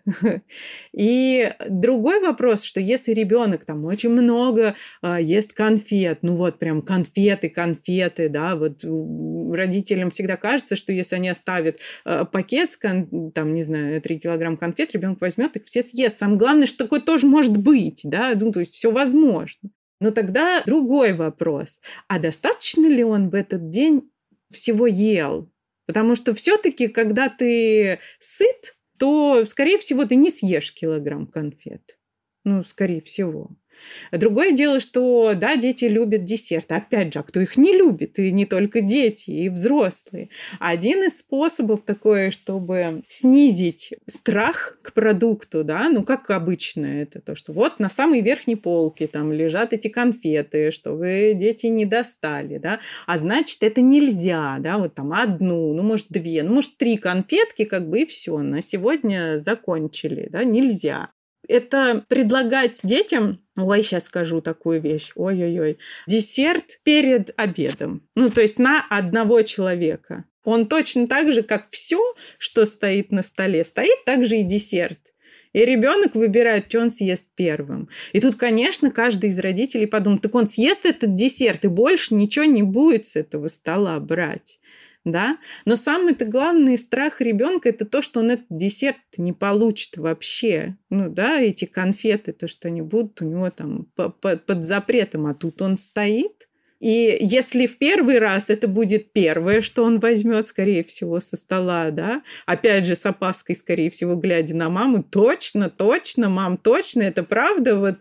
И другой вопрос, что если ребенок там очень много ест конфет, ну вот прям конфеты, да, вот родителям всегда кажется, что если они оставят пакет с, там, не знаю, 3 килограмма конфет, ребенок возьмет их все съест. Самое главное, что такое тоже может быть, да, ну, то есть все возможно. Но тогда другой вопрос. А достаточно ли он в этот день всего ел? Потому что все-таки, когда ты сыт, то, скорее всего, ты не съешь килограмм конфет. Ну, скорее всего. Другое дело, что, да, дети любят десерты. Опять же, а кто их не любит? И не только дети, и взрослые. Один из способов такое, чтобы снизить страх к продукту, да, ну, как обычно, это то, что вот на самой верхней полке там лежат эти конфеты, чтобы дети не достали, да, а значит, это нельзя, да, вот там одну, ну, может, 2, ну, может, 3 конфетки, как бы, и все, на сегодня закончили, да, нельзя. Это предлагать детям, ой, сейчас скажу такую вещь, ой-ой-ой, десерт перед обедом, ну, то есть на одного человека. Он точно так же, как все, что стоит на столе, стоит также и десерт. И ребенок выбирает, что он съест первым. И тут, конечно, каждый из родителей подумает, так он съест этот десерт, и больше ничего не будет с этого стола брать. Да? Но самый-то главный страх ребенка это то, что он этот десерт не получит вообще. Ну да, эти конфеты, то, что они будут у него там под запретом, а тут он стоит. И если в первый раз это будет первое, что он возьмет, скорее всего, со стола, да, опять же, с опаской, скорее всего, глядя на маму, точно, мам, точно, это правда, вот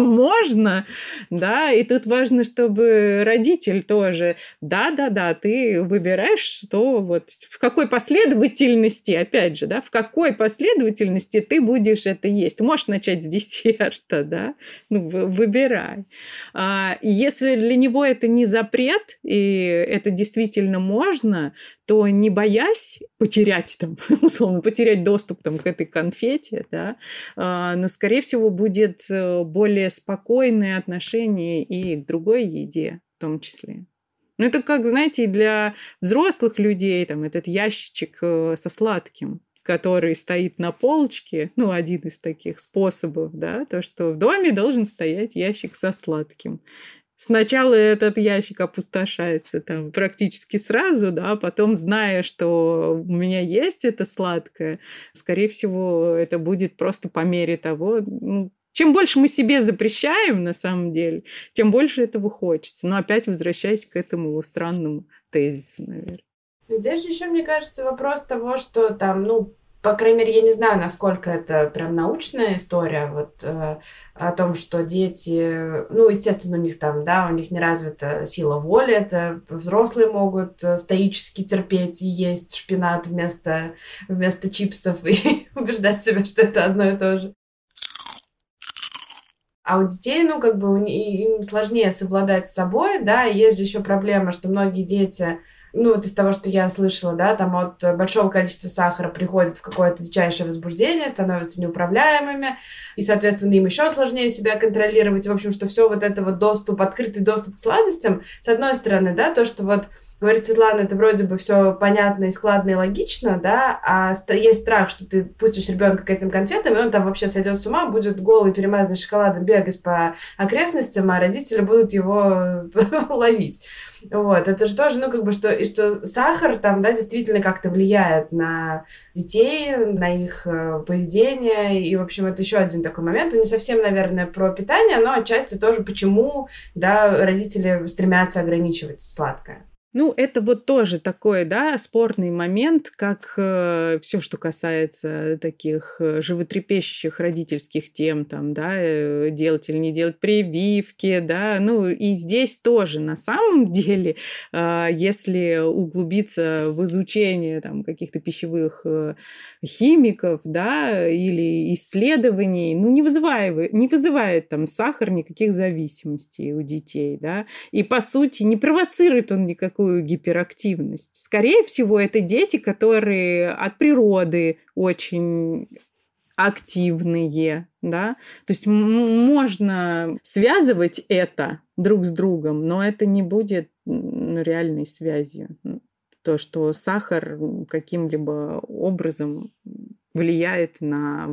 можно, да, и тут важно, чтобы родитель тоже, да, ты выбираешь, что вот в какой последовательности, опять же, да, в какой последовательности ты будешь это есть. Можешь начать с десерта, да, ну, выбирай. Если для него это не запрет, и это действительно можно, то не боясь потерять там, условно, потерять доступ там, к этой конфете, да, но, скорее всего, будет более спокойное отношение и к другой еде в том числе. Ну, это как, знаете, и для взрослых людей, там, этот ящичек со сладким, который стоит на полочке, ну, один из таких способов, да, то, что в доме должен стоять ящик со сладким. Сначала этот ящик опустошается там практически сразу, да, а потом, зная, что у меня есть это сладкое, скорее всего, это будет просто по мере того, ну, чем больше мы себе запрещаем, на самом деле, тем больше этого хочется. Но опять возвращаясь к этому странному тезису, наверное. Здесь же еще, мне кажется, вопрос того, что там, ну, по крайней мере, я не знаю, насколько это прям научная история, вот о том, что дети, ну, естественно, у них там, да, у них не развита сила воли, это взрослые могут стоически терпеть и есть шпинат вместо чипсов и убеждать себя, что это одно и то же. А у детей, ну, как бы им сложнее совладать с собой, да, и есть же еще проблема, что многие дети... Ну, вот из того, что я слышала, да, там от большого количества сахара приходят в какое-то дичайшее возбуждение, становятся неуправляемыми, и, соответственно, им еще сложнее себя контролировать. В общем, что все вот это вот доступ, открытый доступ к сладостям, с одной стороны, да, то, что вот говорит Светлана, это вроде бы все понятно и складно и логично, да, а есть страх, что ты пустишь ребенка к этим конфетам, и он там вообще сойдет с ума, будет голый, перемазанный шоколадом бегать по окрестностям, а родители будут его ловить. Вот, это же тоже, что сахар там, да, действительно как-то влияет на детей, на их поведение, и, в общем, это еще один такой момент, он не совсем, наверное, про питание, но отчасти тоже, почему, да, родители стремятся ограничивать сладкое. Это вот тоже такой, да, спорный момент, как все, что касается таких животрепещущих родительских тем, там, да, делать или не делать прививки, да, и здесь тоже на самом деле, если углубиться в изучение там каких-то пищевых химиков, да, или исследований, не вызывает там сахар никаких зависимостей у детей, да, и по сути не провоцирует он никакую гиперактивность. Скорее всего, это дети, которые от природы очень активные, да, то есть можно связывать это друг с другом, но это не будет реальной связью. То, что сахар каким-либо образом влияет на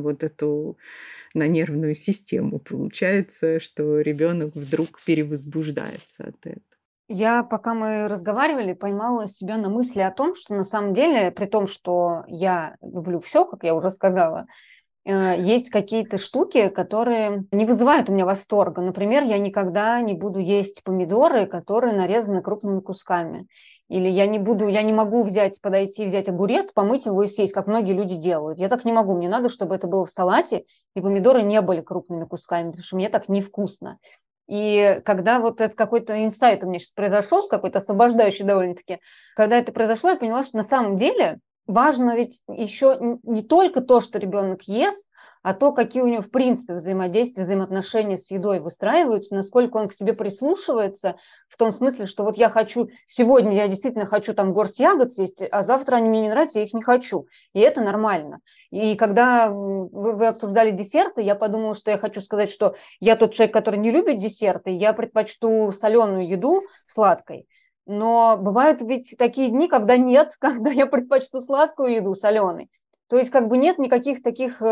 на нервную систему. Получается, что ребенок вдруг перевозбуждается от этого. Я, пока мы разговаривали, поймала себя на мысли о том, что на самом деле, при том, что я люблю все, как я уже сказала, есть какие-то штуки, которые не вызывают у меня восторга. Например, я никогда не буду есть помидоры, которые нарезаны крупными кусками. Или я не могу подойти, взять огурец, помыть его и съесть, как многие люди делают. Я так не могу. Мне надо, чтобы это было в салате, и помидоры не были крупными кусками, потому что мне так невкусно. И когда вот это какой-то инсайт у меня сейчас произошел, какой-то освобождающий довольно-таки, когда это произошло, я поняла, что на самом деле важно ведь еще не только то, что ребенок ест, а то, какие у него, в принципе, взаимодействия, взаимоотношения с едой выстраиваются, насколько он к себе прислушивается, в том смысле, что вот сегодня я действительно хочу там горсть ягод съесть, а завтра они мне не нравятся, я их не хочу. И это нормально. И когда вы обсуждали десерты, я подумала, что я хочу сказать, что я тот человек, который не любит десерты, я предпочту соленую еду сладкой. Но бывают ведь такие дни, когда я предпочту сладкую еду соленой. То есть нет никаких таких,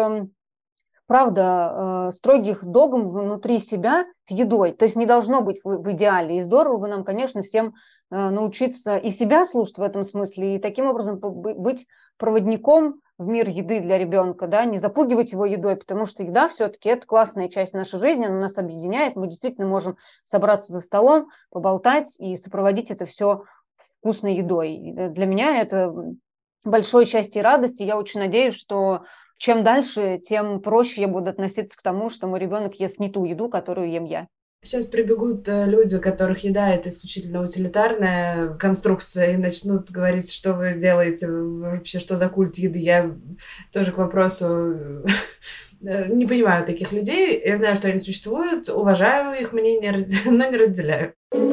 правда, строгих догм внутри себя с едой. То есть не должно быть в идеале. И здорово бы нам, конечно, всем научиться и себя слушать в этом смысле, и таким образом быть проводником в мир еды для ребенка, да, не запугивать его едой, потому что еда все-таки это классная часть нашей жизни, она нас объединяет, мы действительно можем собраться за столом, поболтать и сопроводить это все вкусной едой. Для меня это большое счастье и радость, и я очень надеюсь, что чем дальше, тем проще я буду относиться к тому, что мой ребенок ест не ту еду, которую ем я. Сейчас прибегут люди, у которых еда — это исключительно утилитарная конструкция, и начнут говорить, что вы делаете, вообще, что за культ еды. Я тоже к вопросу не понимаю таких людей. Я знаю, что они существуют, уважаю их мнение, но не разделяю.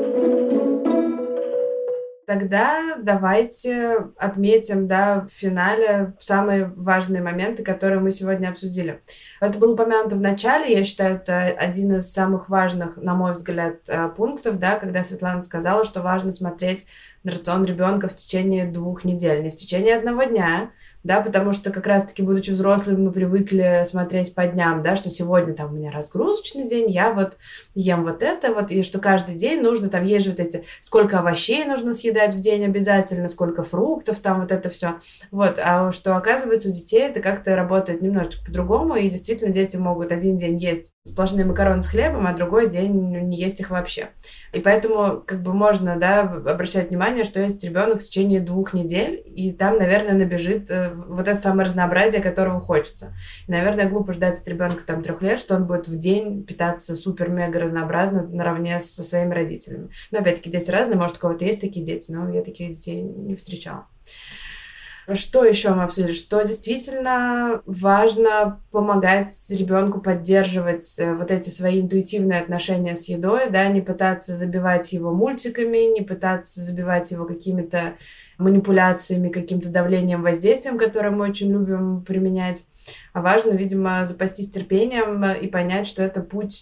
Тогда давайте отметим, да, в финале самые важные моменты, которые мы сегодня обсудили. Это было упомянуто в начале, я считаю, это один из самых важных, на мой взгляд, пунктов, да, когда Светлана сказала, что важно смотреть на рацион ребенка в течение 2 недель, не в течение 1 дня, да, потому что как раз-таки, будучи взрослыми, мы привыкли смотреть по дням, да, что сегодня там у меня разгрузочный день, я вот ем вот это вот, и что каждый день нужно, там есть же вот эти, сколько овощей нужно съедать в день обязательно, сколько фруктов, там вот это все, вот, а что оказывается у детей это как-то работает немножечко по-другому, и действительно дети могут один день есть сплошные макароны с хлебом, а другой день не есть их вообще. И поэтому можно, да, обращать внимание, что есть ребенок в течение 2 недель, и там, наверное, набежит вот это самое разнообразие, которого хочется. И, наверное, глупо ждать от ребенка 3 лет, что он будет в день питаться супер-мега разнообразно наравне со своими родителями. Но, опять-таки, дети разные, может, у кого-то есть такие дети, но я таких детей не встречала. Что еще мы обсудили? Что действительно важно помогать ребенку поддерживать вот эти свои интуитивные отношения с едой, да, не пытаться забивать его мультиками, не пытаться забивать его какими-то манипуляциями, каким-то давлением, воздействием, которое мы очень любим применять. А важно, видимо, запастись терпением и понять, что это путь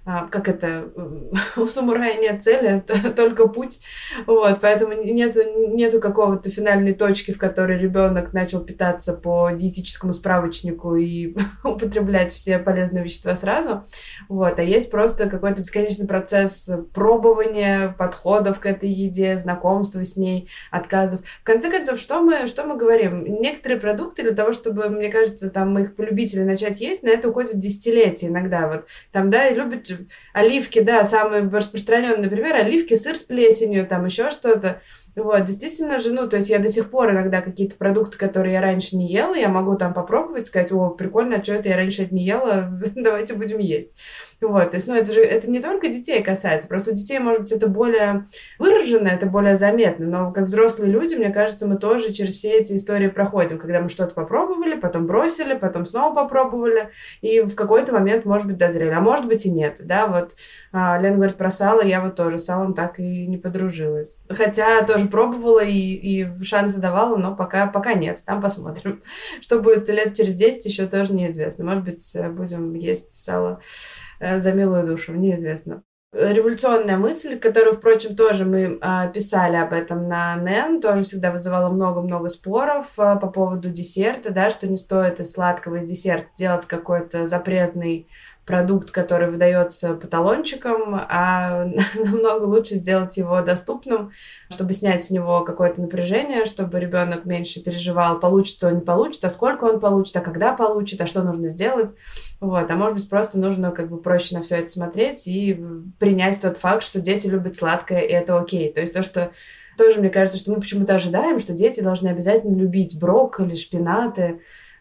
как это, у самурая нет цели, только путь. Вот, поэтому нету какого-то финальной точки, в которой ребенок начал питаться по диетическому справочнику и употреблять все полезные вещества сразу. Вот, а есть просто какой-то бесконечный процесс пробования, подходов к этой еде, знакомства с ней, отказов. В конце концов, что мы говорим? Некоторые продукты для того, чтобы, мне кажется, там мы их полюбить или начать есть, на это уходит десятилетия иногда. Вот там, да, любят оливки, да, самый распространенный, например, оливки, сыр с плесенью, там еще что-то. Вот, действительно же, то есть я до сих пор иногда какие-то продукты, которые я раньше не ела, я могу там попробовать, сказать, о, прикольно, а что это я раньше это не ела, давайте будем есть. Вот, то есть, это не только детей касается, просто у детей, может быть, это более выражено, это более заметно, но как взрослые люди, мне кажется, мы тоже через все эти истории проходим, когда мы что-то попробовали, потом бросили, потом снова попробовали, и в какой-то момент, может быть, дозрели, а может быть и нет, да, вот Лена говорит про сало, я вот тоже с салом так и не подружилась. Хотя тоже пробовала и шансы давала, но пока нет, там посмотрим. Что будет лет через 10, еще тоже неизвестно. Может быть, будем есть сало за милую душу, неизвестно. Революционная мысль, которую, впрочем, тоже мы писали об этом на НЭН, тоже всегда вызывала много-много споров по поводу десерта, да, что не стоит из сладкого, из десерта делать какой-то запретный продукт, который выдается по талончикам, а намного лучше сделать его доступным, чтобы снять с него какое-то напряжение, чтобы ребенок меньше переживал, получится он, не получится, а сколько он получит, а когда получит, а что нужно сделать. Вот. А может быть, просто нужно как бы проще на все это смотреть и принять тот факт, что дети любят сладкое, и это окей. То есть то, что тоже, мне кажется, что мы почему-то ожидаем, что дети должны обязательно любить брокколи, шпинаты,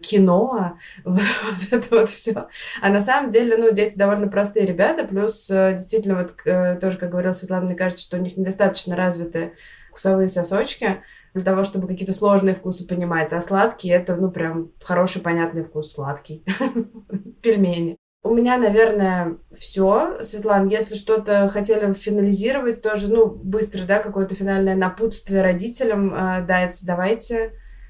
кино, вот это вот все. А на самом деле, дети довольно простые ребята, плюс действительно, вот тоже, как говорила Светлана, мне кажется, что у них недостаточно развиты вкусовые сосочки для того, чтобы какие-то сложные вкусы понимать, а сладкие — это, прям хороший, понятный вкус, сладкий. Пельмени. У меня, наверное, все. Светлана, если что-то хотели финализировать, тоже, быстро, да, какое-то финальное напутствие родителям давайте.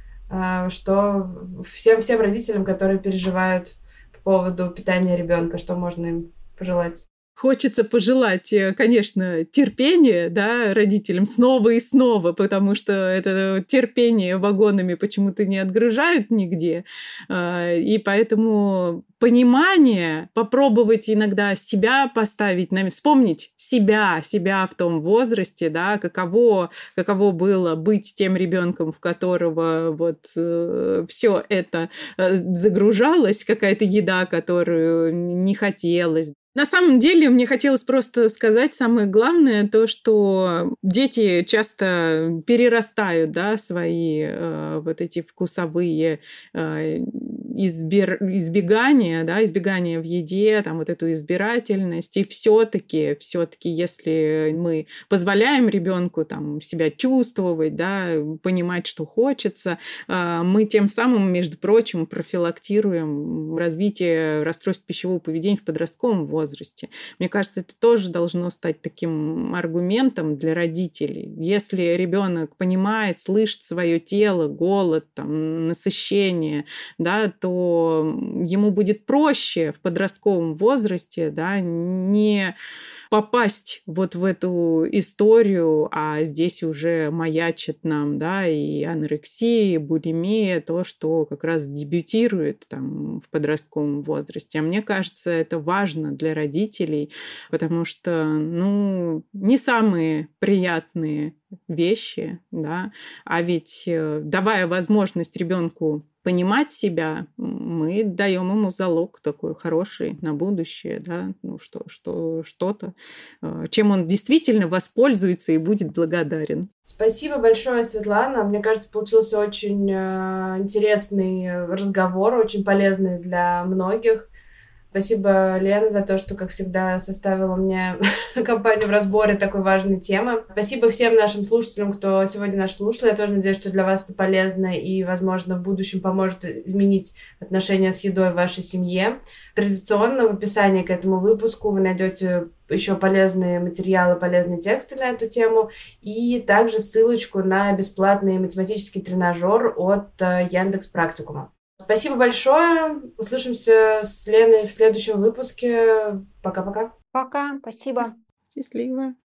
Что всем родителям, которые переживают по поводу питания ребенка, что можно им пожелать? Хочется пожелать, конечно, терпения, да, родителям снова и снова, потому что это терпение вагонами почему-то не отгружают нигде. И поэтому понимание, попробовать иногда себя поставить, вспомнить себя в том возрасте, да, каково было быть тем ребенком, в которого вот все это загружалось, какая-то еда, которую не хотелось. На самом деле, мне хотелось просто сказать самое главное, то, что дети часто перерастают, да, свои вот эти вкусовые избегания в еде, там вот эту избирательность. И все-таки, если мы позволяем ребенку там себя чувствовать, да, понимать, что хочется, мы тем самым, между прочим, профилактируем развитие расстройств пищевого поведения в подростковом возрасте. Мне кажется, это тоже должно стать таким аргументом для родителей. Если ребенок понимает, слышит свое тело, голод, там, насыщение, да, то ему будет проще в подростковом возрасте, да, не попасть вот в эту историю, а здесь уже маячит нам, да, и анорексия, и булимия, то, что как раз дебютирует там в подростковом возрасте. А мне кажется, это важно для родителей, потому что, не самые приятные вещи, да, а ведь давая возможность ребенку понимать себя, мы даем ему залог такой хороший на будущее, да, что-то, чем он действительно воспользуется и будет благодарен. Спасибо большое, Светлана. Мне кажется, получился очень интересный разговор, очень полезный для многих. Спасибо, Лена, за то, что, как всегда, составила мне компанию в разборе такой важной темы. Спасибо всем нашим слушателям, кто сегодня нас слушал. Я тоже надеюсь, что для вас это полезно и, возможно, в будущем поможет изменить отношения с едой в вашей семье. Традиционно в описании к этому выпуску вы найдете еще полезные материалы, полезные тексты на эту тему и также ссылочку на бесплатный математический тренажер от Яндекс.Практикума. Спасибо большое. Услышимся с Леной в следующем выпуске. Пока-пока. Пока, спасибо. Счастливо.